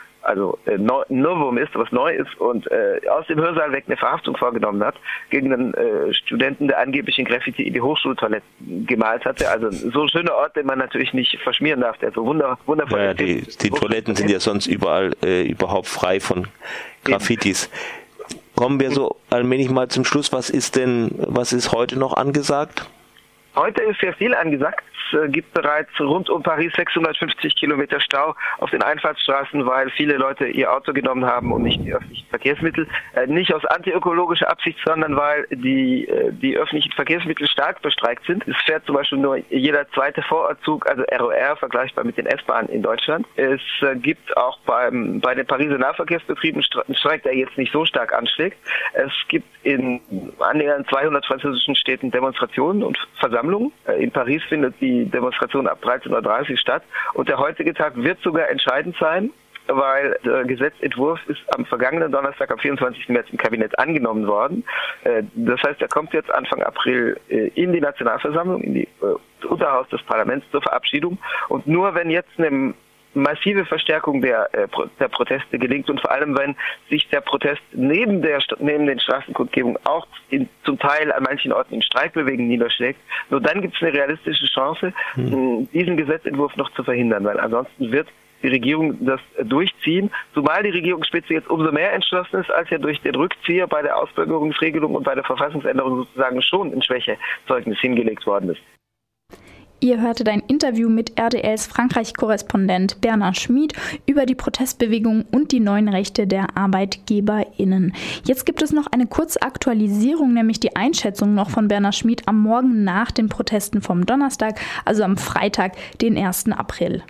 Novum ist, was neu ist, und aus dem Hörsaal weg eine Verhaftung vorgenommen hat gegen einen Studenten, der angeblich in Graffiti in die Hochschultoilette gemalt hatte. Also so ein schöner Ort, den man natürlich nicht verschmieren darf, der so wundervoll ist. Ja, die Toiletten sind ja sonst überall überhaupt frei von Graffitis. Kommen wir so allmählich mal zum Schluss. Was ist heute noch angesagt? Heute ist sehr viel angesagt. Es gibt bereits rund um Paris 650 Kilometer Stau auf den Einfahrtsstraßen, weil viele Leute ihr Auto genommen haben und nicht die öffentlichen Verkehrsmittel. Nicht aus antiökologischer Absicht, sondern weil die öffentlichen Verkehrsmittel stark bestreikt sind. Es fährt zum Beispiel nur jeder zweite Vorortzug, also ROR, vergleichbar mit den S-Bahnen in Deutschland. Es gibt auch bei den Pariser Nahverkehrsbetrieben einen Streik, der jetzt nicht so stark anschlägt. Es gibt in annähernd 200 französischen Städten Demonstrationen und Versammlungen Versammlung. In Paris findet die Demonstration ab 13:30 Uhr statt. Und der heutige Tag wird sogar entscheidend sein, weil der Gesetzentwurf ist am vergangenen Donnerstag, am 24. März im Kabinett angenommen worden. Das heißt, er kommt jetzt Anfang April in die Nationalversammlung, in die Unterhaus des Parlaments zur Verabschiedung. Und nur wenn jetzt eine massive Verstärkung der Proteste gelingt und vor allem, wenn sich der Protest neben den Straßenkundgebungen auch zum Teil an manchen Orten in Streikbewegungen niederschlägt, nur dann gibt es eine realistische Chance, diesen Gesetzentwurf noch zu verhindern, weil ansonsten wird die Regierung das durchziehen, zumal die Regierungsspitze jetzt umso mehr entschlossen ist, als ja durch den Rückzieher bei der Ausbürgerungsregelung und bei der Verfassungsänderung sozusagen schon ein Schwächezeugnis hingelegt worden ist. Ihr hörtet ein Interview mit RDLs Frankreich-Korrespondent Bernhard Schmid über die Protestbewegung und die neuen Rechte der ArbeitgeberInnen. Jetzt gibt es noch eine kurze Aktualisierung, nämlich die Einschätzung noch von Bernhard Schmid am Morgen nach den Protesten vom Donnerstag, also am Freitag, den 1. April.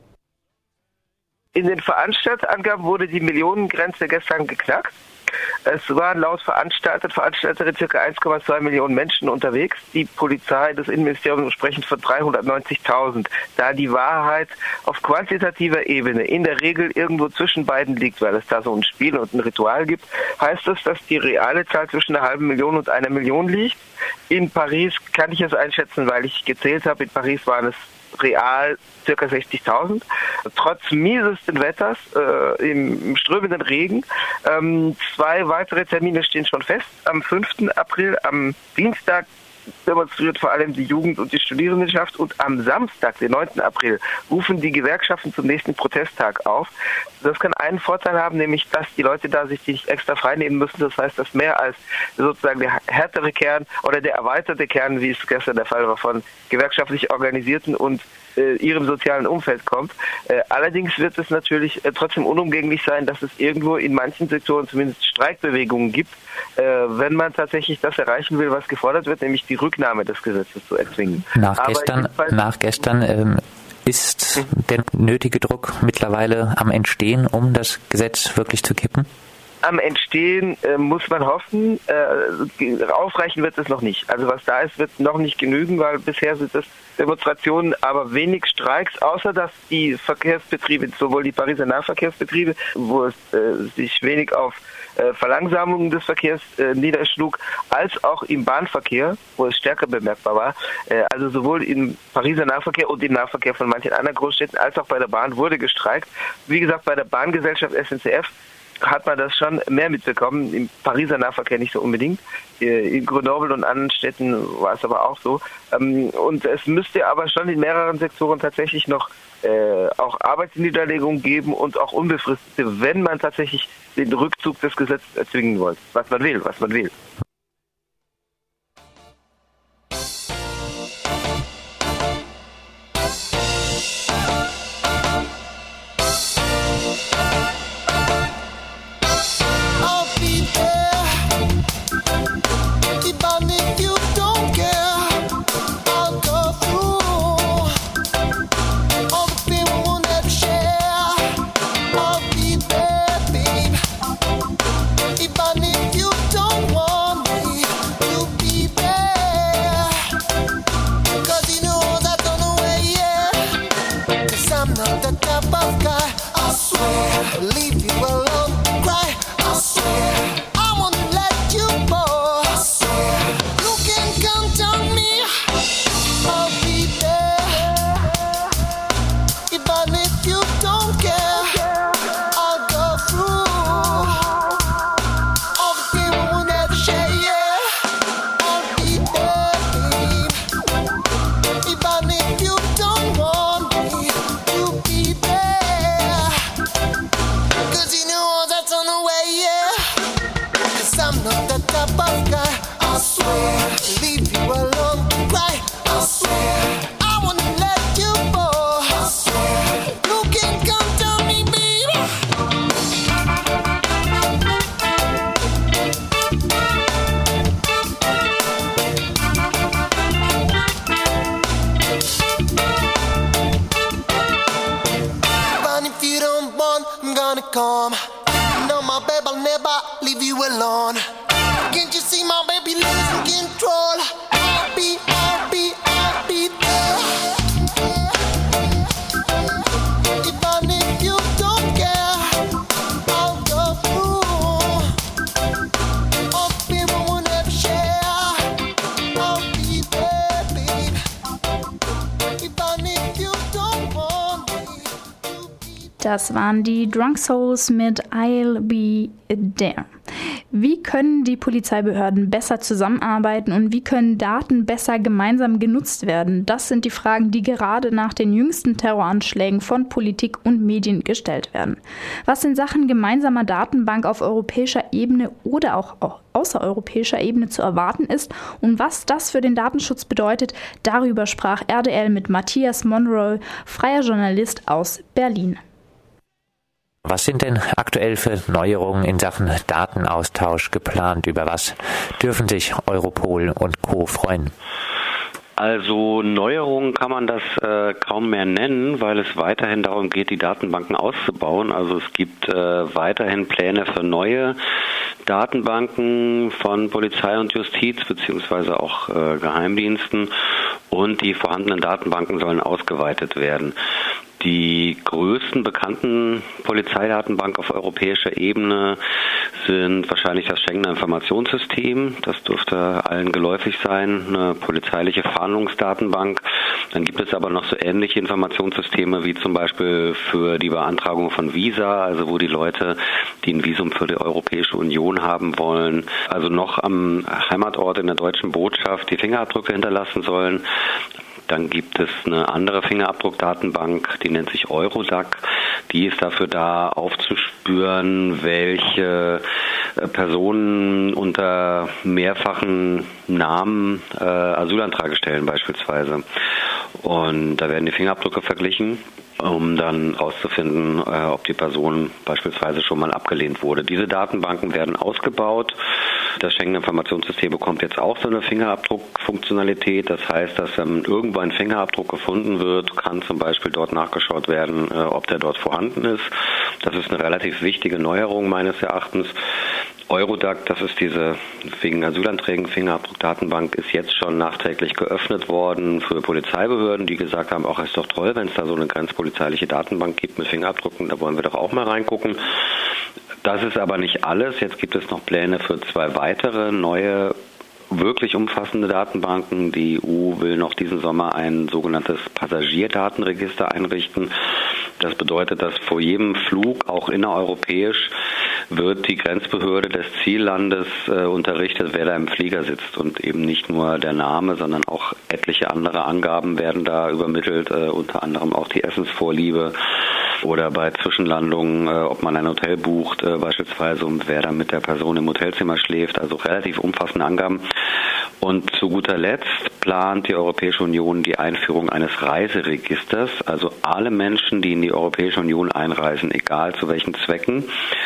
In den Veranstalterangaben wurde die Millionengrenze gestern geknackt. Es waren laut Veranstalterin ca. 1,2 Millionen Menschen unterwegs. Die Polizei, das Innenministerium sprechen von 390.000. Da die Wahrheit auf quantitativer Ebene in der Regel irgendwo zwischen beiden liegt, weil es da so ein Spiel und ein Ritual gibt, heißt das, dass die reale Zahl zwischen 500.000 und 1 Million liegt. In Paris kann ich es einschätzen, weil ich gezählt habe. In Paris waren es real ca. 60.000. Trotz miesesten Wetters, im strömenden Regen. 2 weitere Termine stehen schon fest. Am 5. April, am Dienstag, demonstriert vor allem die Jugend- und die Studierendenschaft und am Samstag, den 9. April, rufen die Gewerkschaften zum nächsten Protesttag auf. Das kann einen Vorteil haben, nämlich, dass die Leute da sich nicht extra freinehmen müssen. Das heißt, dass mehr als sozusagen der härtere Kern oder der erweiterte Kern, wie es gestern der Fall war, von gewerkschaftlich organisierten und ihrem sozialen Umfeld kommt. Allerdings wird es natürlich trotzdem unumgänglich sein, dass es irgendwo in manchen Sektoren zumindest Streikbewegungen gibt, wenn man tatsächlich das erreichen will, was gefordert wird, nämlich die Rücknahme des Gesetzes zu erzwingen. Nach gestern ist der nötige Druck mittlerweile am Entstehen, um das Gesetz wirklich zu kippen? Am Entstehen muss man hoffen, ausreichen wird es noch nicht. Also was da ist, wird noch nicht genügen, weil bisher sind es Demonstrationen, aber wenig Streiks, außer dass die Verkehrsbetriebe, sowohl die Pariser Nahverkehrsbetriebe, wo es sich wenig auf Verlangsamung des Verkehrs niederschlug, als auch im Bahnverkehr, wo es stärker bemerkbar war. Also sowohl im Pariser Nahverkehr und im Nahverkehr von manchen anderen Großstädten, als auch bei der Bahn wurde gestreikt. Wie gesagt, bei der Bahngesellschaft SNCF hat man das schon mehr mitbekommen, im Pariser Nahverkehr nicht so unbedingt. In Grenoble und anderen Städten war es aber auch so. Und es müsste aber schon in mehreren Sektoren tatsächlich noch auch Arbeitsniederlegungen geben und auch unbefristete, wenn man tatsächlich den Rückzug des Gesetzes erzwingen wollte. Was man will. Come, no, my baby, I'll never leave you alone. Can't you see my baby losing control? I'll be Das waren die Drunk Souls mit I'll Be There. Wie können die Polizeibehörden besser zusammenarbeiten und wie können Daten besser gemeinsam genutzt werden? Das sind die Fragen, die gerade nach den jüngsten Terroranschlägen von Politik und Medien gestellt werden. Was in Sachen gemeinsamer Datenbank auf europäischer Ebene oder auch außereuropäischer Ebene zu erwarten ist und was das für den Datenschutz bedeutet, darüber sprach RDL mit Matthias Monroe, freier Journalist aus Berlin. Was sind denn aktuell für Neuerungen in Sachen Datenaustausch geplant? Über was dürfen sich Europol und Co. freuen? Also Neuerungen kann man das kaum mehr nennen, weil es weiterhin darum geht, die Datenbanken auszubauen. Also es gibt weiterhin Pläne für neue Datenbanken von Polizei und Justiz beziehungsweise auch Geheimdiensten und die vorhandenen Datenbanken sollen ausgeweitet werden. Die größten bekannten Polizeidatenbank auf europäischer Ebene sind wahrscheinlich das Schengener Informationssystem. Das dürfte allen geläufig sein, eine polizeiliche Fahndungsdatenbank. Dann gibt es aber noch so ähnliche Informationssysteme wie zum Beispiel für die Beantragung von Visa, also wo die Leute, die ein Visum für die Europäische Union haben wollen, also noch am Heimatort in der deutschen Botschaft die Fingerabdrücke hinterlassen sollen. Dann gibt es eine andere Fingerabdruckdatenbank, die nennt sich Eurodac. Die ist dafür da, aufzuspüren, welche Personen unter mehrfachen Namen Asylanträge stellen beispielsweise. Und da werden die Fingerabdrücke verglichen, um dann herauszufinden, ob die Person beispielsweise schon mal abgelehnt wurde. Diese Datenbanken werden ausgebaut. Das Schengener Informationssystem bekommt jetzt auch so eine Fingerabdruckfunktionalität. Das heißt, dass wenn irgendwo ein Fingerabdruck gefunden wird, kann zum Beispiel dort nachgeschaut werden, ob der dort vorhanden ist. Das ist eine relativ wichtige Neuerung meines Erachtens. Eurodac, das ist diese wegen Asylanträgen Fingerabdruckdatenbank, ist jetzt schon nachträglich geöffnet worden für Polizeibehörden, die gesagt haben, auch ist doch toll, wenn es da so eine grenzpolizeiliche Datenbank gibt mit Fingerabdrücken, da wollen wir doch auch mal reingucken. Das ist aber nicht alles. Jetzt gibt es noch Pläne für 2 weitere neue, wirklich umfassende Datenbanken. Die EU will noch diesen Sommer ein sogenanntes Passagierdatenregister einrichten. Das bedeutet, dass vor jedem Flug, auch innereuropäisch, wird die Grenzbehörde des Ziellandes unterrichtet, wer da im Flieger sitzt. Und eben nicht nur der Name, sondern auch etliche andere Angaben werden da übermittelt, unter anderem auch die Essensvorliebe oder bei Zwischenlandungen, ob man ein Hotel bucht beispielsweise und wer dann mit der Person im Hotelzimmer schläft. Also relativ umfassende Angaben. Und zu guter Letzt plant die Europäische Union die Einführung eines Reiseregisters. Also alle Menschen, die in die Europäische Union einreisen, egal zu welchen Zwecken,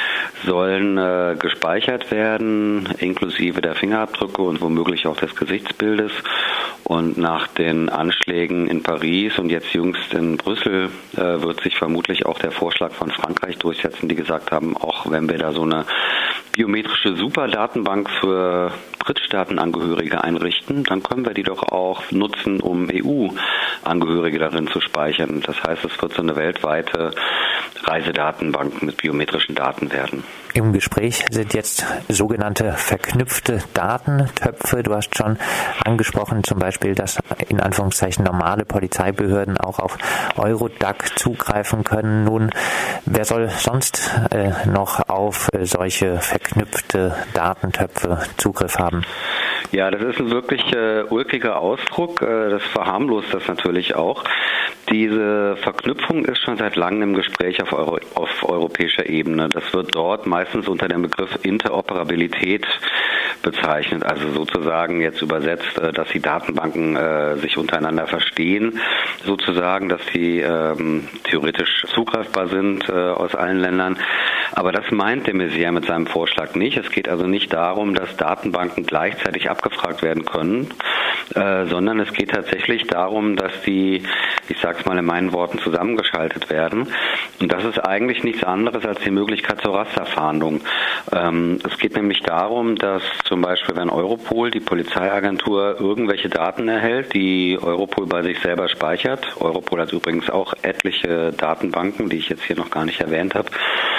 sollen gespeichert werden, inklusive der Fingerabdrücke und womöglich auch des Gesichtsbildes. Und nach den Anschlägen in Paris und jetzt jüngst in Brüssel wird sich vermutlich auch der Vorschlag von Frankreich durchsetzen, die gesagt haben, auch wenn wir da so eine biometrische Superdatenbank für Drittstaatenangehörige einrichten, dann können wir die doch auch nutzen, um EU-Angehörige darin zu speichern. Das heißt, es wird so eine weltweite Reisedatenbank mit biometrischen Daten werden. Im Gespräch sind jetzt sogenannte verknüpfte Datentöpfe. Du hast schon angesprochen, zum Beispiel, dass in Anführungszeichen normale Polizeibehörden auch auf Eurodac zugreifen können. Nun, wer soll sonst noch auf solche verknüpfte Datentöpfe Zugriff haben? Ja, das ist ein wirklich ulkiger Ausdruck. Das verharmlost das natürlich auch. Diese Verknüpfung ist schon seit langem im Gespräch auf europäischer Ebene. Das wird dort meistens unter dem Begriff Interoperabilität bezeichnet, also sozusagen jetzt übersetzt, dass die Datenbanken sich untereinander verstehen, sozusagen, dass sie theoretisch zugreifbar sind aus allen Ländern. Aber das meint de Maizière mit seinem Vorschlag nicht. Es geht also nicht darum, dass Datenbanken gleichzeitig abgefragt werden können, sondern es geht tatsächlich darum, dass die, ich sage es mal in meinen Worten, zusammengeschaltet werden. Und das ist eigentlich nichts anderes als die Möglichkeit zur Rasterfahndung. Es geht nämlich darum, dass zum Beispiel, wenn Europol, die Polizeiagentur, irgendwelche Daten erhält, die Europol bei sich selber speichert. Europol hat übrigens auch etliche Datenbanken, die ich jetzt hier noch gar nicht erwähnt habe.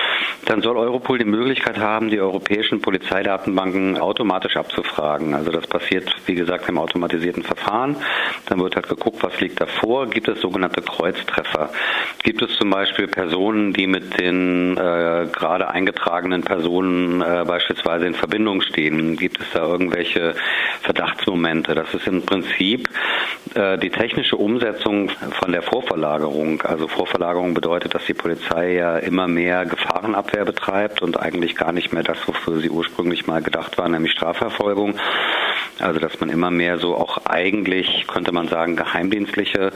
dann soll Europol die Möglichkeit haben, die europäischen Polizeidatenbanken automatisch abzufragen. Also das passiert, wie gesagt, im automatisierten Verfahren. Dann wird halt geguckt, was liegt davor. Gibt es sogenannte Kreuztreffer? Gibt es zum Beispiel Personen, die mit den gerade eingetragenen Personen beispielsweise in Verbindung stehen? Gibt es da irgendwelche Verdachtsmomente? Das ist im Prinzip die technische Umsetzung von der Vorverlagerung. Also Vorverlagerung bedeutet, dass die Polizei ja immer mehr Gefahrenabwehr betreibt und eigentlich gar nicht mehr das, wofür sie ursprünglich mal gedacht war, nämlich Strafverfolgung. Also dass man immer mehr so auch eigentlich, könnte man sagen, geheimdienstliche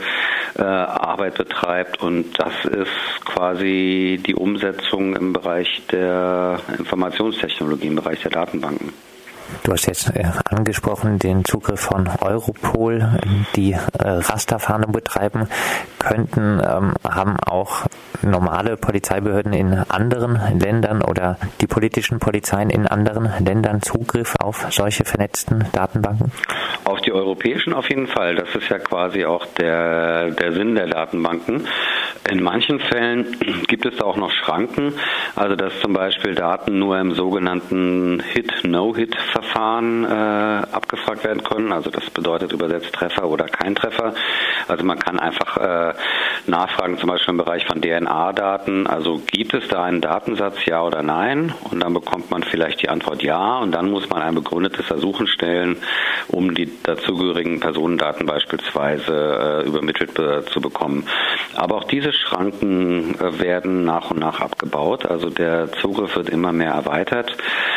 Arbeit betreibt, und das ist quasi die Umsetzung im Bereich der Informationstechnologie, im Bereich der Datenbanken. Du hast jetzt angesprochen den Zugriff von Europol, die Rasterfahndung betreiben könnten. Haben auch normale Polizeibehörden in anderen Ländern oder die politischen Polizeien in anderen Ländern Zugriff auf solche vernetzten Datenbanken? Auf die europäischen auf jeden Fall. Das ist ja quasi auch der Sinn der Datenbanken. In manchen Fällen gibt es auch noch Schranken, also dass zum Beispiel Daten nur im sogenannten Hit-No-Hit-Verfahren abgefragt werden können. Also das bedeutet übersetzt Treffer oder kein Treffer. Also man kann einfach nachfragen, zum Beispiel im Bereich von DNA-Daten. Also gibt es da einen Datensatz, ja oder nein? Und dann bekommt man vielleicht die Antwort ja, und dann muss man ein begründetes Ersuchen stellen, um die dazugehörigen Personendaten beispielsweise übermittelt zu bekommen. Aber auch diese Schranken werden nach und nach abgebaut. Also der Zugriff wird immer mehr erweitert,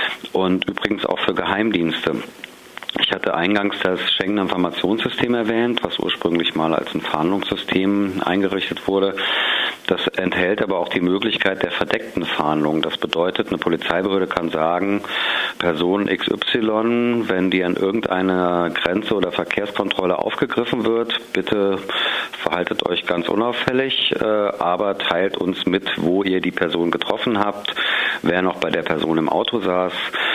und übrigens auch für Geheimdienste. Ich hatte eingangs das Schengen-Informationssystem erwähnt, was ursprünglich mal als ein Fahndungssystem eingerichtet wurde. Das enthält aber auch die Möglichkeit der verdeckten Fahndung. Das bedeutet, eine Polizeibehörde kann sagen, Person XY, wenn die an irgendeiner Grenze oder Verkehrskontrolle aufgegriffen wird, bitte verhaltet euch ganz unauffällig, aber teilt uns mit, wo ihr die Person getroffen habt, wer noch bei der Person im Auto saß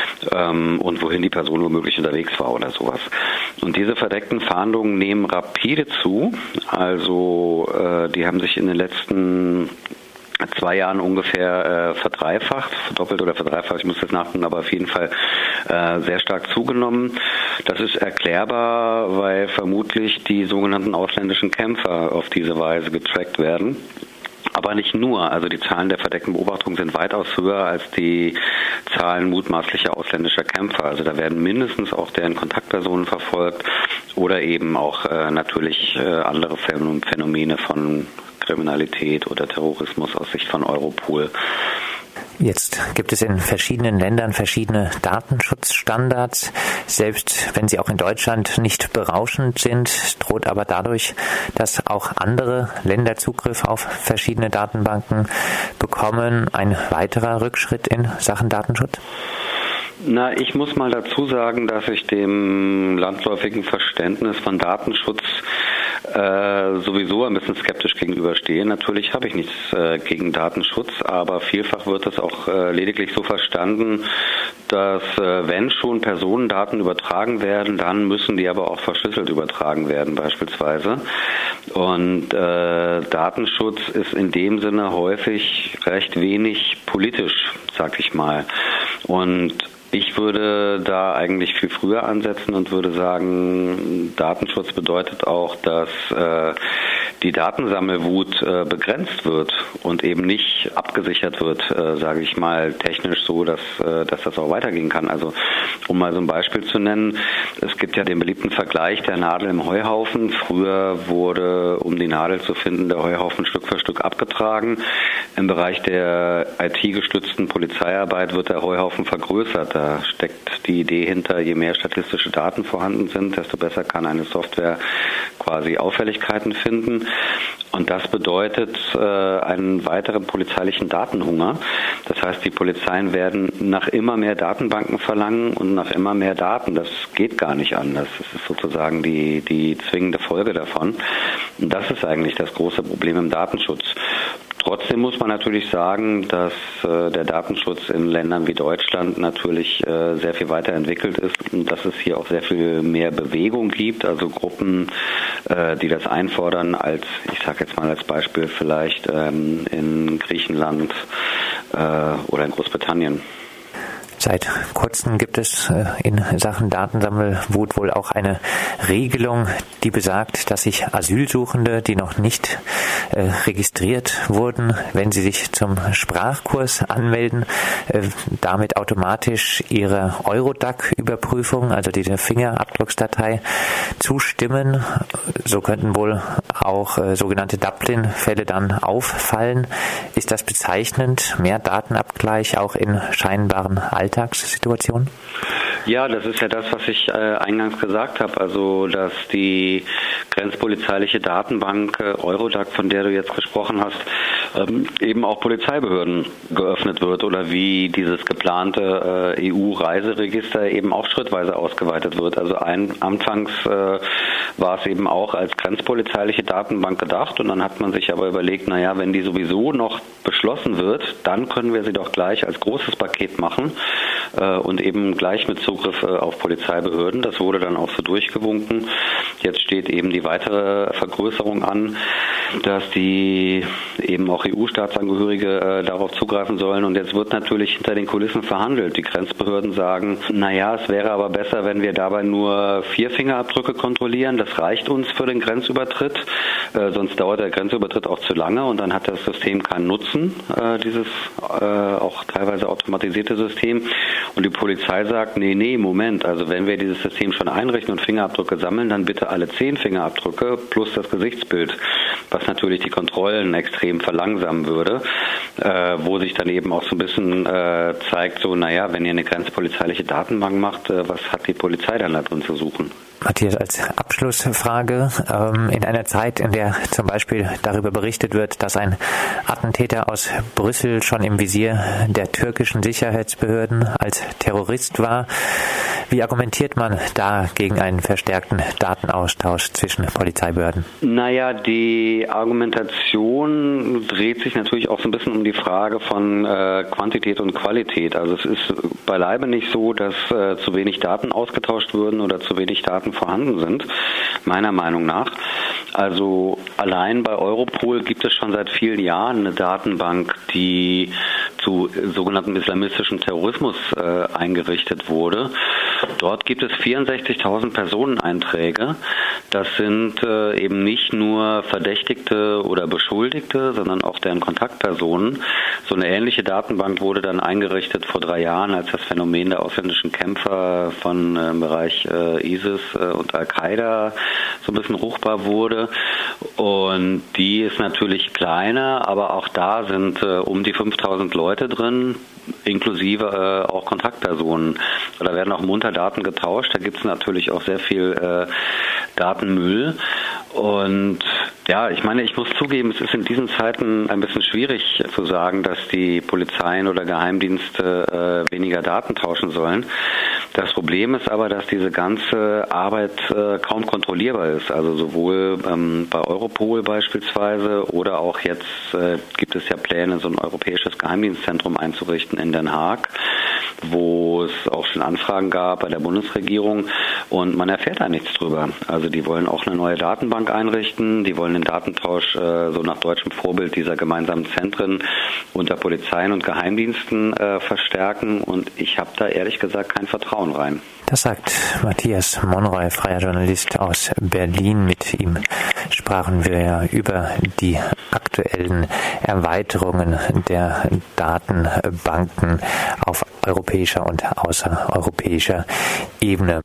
und wohin die Person womöglich unterwegs war oder sowas. Und diese verdeckten Fahndungen nehmen rapide zu. Also die haben sich in den letzten 2 Jahren ungefähr verdreifacht, verdoppelt oder verdreifacht, ich muss jetzt nachdenken, aber auf jeden Fall sehr stark zugenommen. Das ist erklärbar, weil vermutlich die sogenannten ausländischen Kämpfer auf diese Weise getrackt werden. Aber nicht nur. Also die Zahlen der verdeckten Beobachtungen sind weitaus höher als die Zahlen mutmaßlicher ausländischer Kämpfer. Also da werden mindestens auch deren Kontaktpersonen verfolgt oder eben auch natürlich andere Phänomene von Kriminalität oder Terrorismus aus Sicht von Europol. Jetzt gibt es in verschiedenen Ländern verschiedene Datenschutzstandards. Selbst wenn sie auch in Deutschland nicht berauschend sind, droht aber dadurch, dass auch andere Länder Zugriff auf verschiedene Datenbanken bekommen, ein weiterer Rückschritt in Sachen Datenschutz? Na, ich muss mal dazu sagen, dass ich dem landläufigen Verständnis von Datenschutz sowieso ein bisschen skeptisch gegenüberstehe. Natürlich habe ich nichts gegen Datenschutz, aber vielfach wird es auch lediglich so verstanden, dass wenn schon Personendaten übertragen werden, dann müssen die aber auch verschlüsselt übertragen werden beispielsweise. Und Datenschutz ist in dem Sinne häufig recht wenig politisch, sag ich mal. Und ich würde da eigentlich viel früher ansetzen und würde sagen, Datenschutz bedeutet auch, dass die Datensammelwut begrenzt wird und eben nicht abgesichert wird, sage ich mal, technisch so, dass das auch weitergehen kann. Also um mal so ein Beispiel zu nennen, es gibt ja den beliebten Vergleich der Nadel im Heuhaufen. Früher wurde, um die Nadel zu finden, der Heuhaufen Stück für Stück abgetragen. Im Bereich der IT-gestützten Polizeiarbeit wird der Heuhaufen vergrößert. Da steckt die Idee hinter, je mehr statistische Daten vorhanden sind, desto besser kann eine Software quasi Auffälligkeiten finden. Und das bedeutet einen weiteren polizeilichen Datenhunger. Das heißt, die Polizeien werden nach immer mehr Datenbanken verlangen und nach immer mehr Daten. Das geht gar nicht anders. Das ist sozusagen die zwingende Folge davon. Und das ist eigentlich das große Problem im Datenschutz. Trotzdem muss man natürlich sagen, dass der Datenschutz in Ländern wie Deutschland natürlich sehr viel weiterentwickelt ist und dass es hier auch sehr viel mehr Bewegung gibt, also Gruppen, die das einfordern, als, ich sage jetzt mal als Beispiel vielleicht in Griechenland oder in Großbritannien. Seit kurzem gibt es in Sachen Datensammelwut wohl auch eine Regelung, die besagt, dass sich Asylsuchende, die noch nicht registriert wurden, wenn sie sich zum Sprachkurs anmelden, damit automatisch ihre Eurodac-Überprüfung, also diese Fingerabdrucksdatei, zustimmen. So könnten wohl auch sogenannte Dublin-Fälle dann auffallen. Ist das bezeichnend? Mehr Datenabgleich auch in scheinbaren Alltagssituationen? Ja, das ist ja das, was ich eingangs gesagt habe, also dass die grenzpolizeiliche Datenbank Eurodac, von der du jetzt gesprochen hast, eben auch Polizeibehörden geöffnet wird oder wie dieses geplante EU-Reiseregister eben auch schrittweise ausgeweitet wird. Also anfangs war es eben auch als grenzpolizeiliche Datenbank gedacht und dann hat man sich aber überlegt, naja, wenn die sowieso noch beschlossen wird, dann können wir sie doch gleich als großes Paket machen und eben gleich mit Zugriff auf Polizeibehörden. Das wurde dann auch so durchgewunken. Jetzt steht eben die weitere Vergrößerung an, dass die eben auch EU-Staatsangehörige darauf zugreifen sollen. Und jetzt wird natürlich hinter den Kulissen verhandelt. Die Grenzbehörden sagen, naja, es wäre aber besser, wenn wir dabei nur 4 Fingerabdrücke kontrollieren. Das reicht uns für den Grenzübertritt. Sonst dauert der Grenzübertritt auch zu lange und dann hat das System keinen Nutzen, dieses auch teilweise automatisierte System. Und die Polizei sagt, nee, Moment, also wenn wir dieses System schon einrichten und Fingerabdrücke sammeln, dann bitte alle 10 Fingerabdrücke plus das Gesichtsbild, was natürlich die Kontrollen extrem verlangsamen würde, wo sich dann eben auch so ein bisschen zeigt, so, naja, wenn ihr eine grenzpolizeiliche Datenbank macht, was hat die Polizei dann da drin zu suchen? Matthias, als Abschlussfrage, in einer Zeit, in der zum Beispiel darüber berichtet wird, dass ein Attentäter aus Brüssel schon im Visier der türkischen Sicherheitsbehörden als Terrorist war, wie argumentiert man da gegen einen verstärkten Datenaustausch zwischen Polizeibehörden? Naja, die Argumentation dreht sich natürlich auch so ein bisschen um die Frage von Quantität und Qualität. Also es ist beileibe nicht so, dass zu wenig Daten ausgetauscht würden oder zu wenig Daten vorhanden sind, meiner Meinung nach. Also allein bei Europol gibt es schon seit vielen Jahren eine Datenbank, die zu sogenanntem islamistischem Terrorismus eingerichtet wurde. Dort gibt es 64.000 Personeneinträge. Das sind eben nicht nur Verdächtigte oder Beschuldigte, sondern auch deren Kontaktpersonen. So eine ähnliche Datenbank wurde dann eingerichtet vor 3 Jahren, als das Phänomen der ausländischen Kämpfer von Bereich ISIS und Al-Qaida so ein bisschen ruchbar wurde. Und die ist natürlich kleiner, aber auch da sind um die 5.000 Leute drin, inklusive auch Kontaktpersonen. Da werden auch munter Daten getauscht. Da gibt es natürlich auch sehr viel Datenmüll. Und ja, ich meine, ich muss zugeben, es ist in diesen Zeiten ein bisschen schwierig zu sagen, dass die Polizeien oder Geheimdienste weniger Daten tauschen sollen. Das Problem ist aber, dass diese ganze Arbeit kaum kontrollierbar ist. Also sowohl bei Europol beispielsweise oder auch jetzt gibt es ja Pläne, so ein europäisches Geheimdienstzentrum einzurichten in Den Haag, wo es auch schon Anfragen gab bei der Bundesregierung und man erfährt da nichts drüber. Also die wollen auch eine neue Datenbank einrichten, die wollen den Datentausch so nach deutschem Vorbild dieser gemeinsamen Zentren unter Polizeien und Geheimdiensten verstärken und ich habe da ehrlich gesagt kein Vertrauen rein. Das sagt Matthias Monroy, freier Journalist aus Berlin. Mit ihm sprachen wir ja über die aktuellen Erweiterungen der Datenbanken auf europäischer und außereuropäischer Ebene.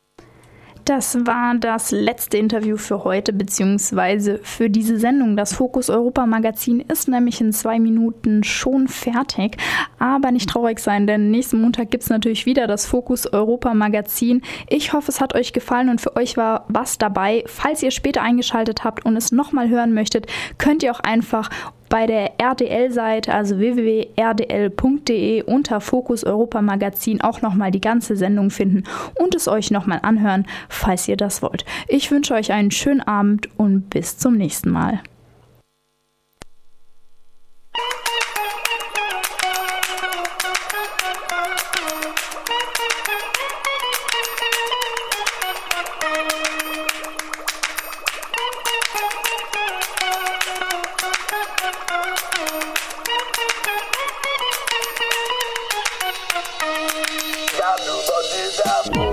Das war das letzte Interview für heute bzw. für diese Sendung. Das Fokus Europa Magazin ist nämlich in 2 Minuten schon fertig. Aber nicht traurig sein, denn nächsten Montag gibt es natürlich wieder das Fokus Europa Magazin. Ich hoffe, es hat euch gefallen und für euch war was dabei. Falls ihr später eingeschaltet habt und es nochmal hören möchtet, könnt ihr auch einfach bei der RDL-Seite, also www.rdl.de unter Fokus Europa Magazin auch nochmal die ganze Sendung finden und es euch nochmal anhören, falls ihr das wollt. Ich wünsche euch einen schönen Abend und bis zum nächsten Mal. hands up.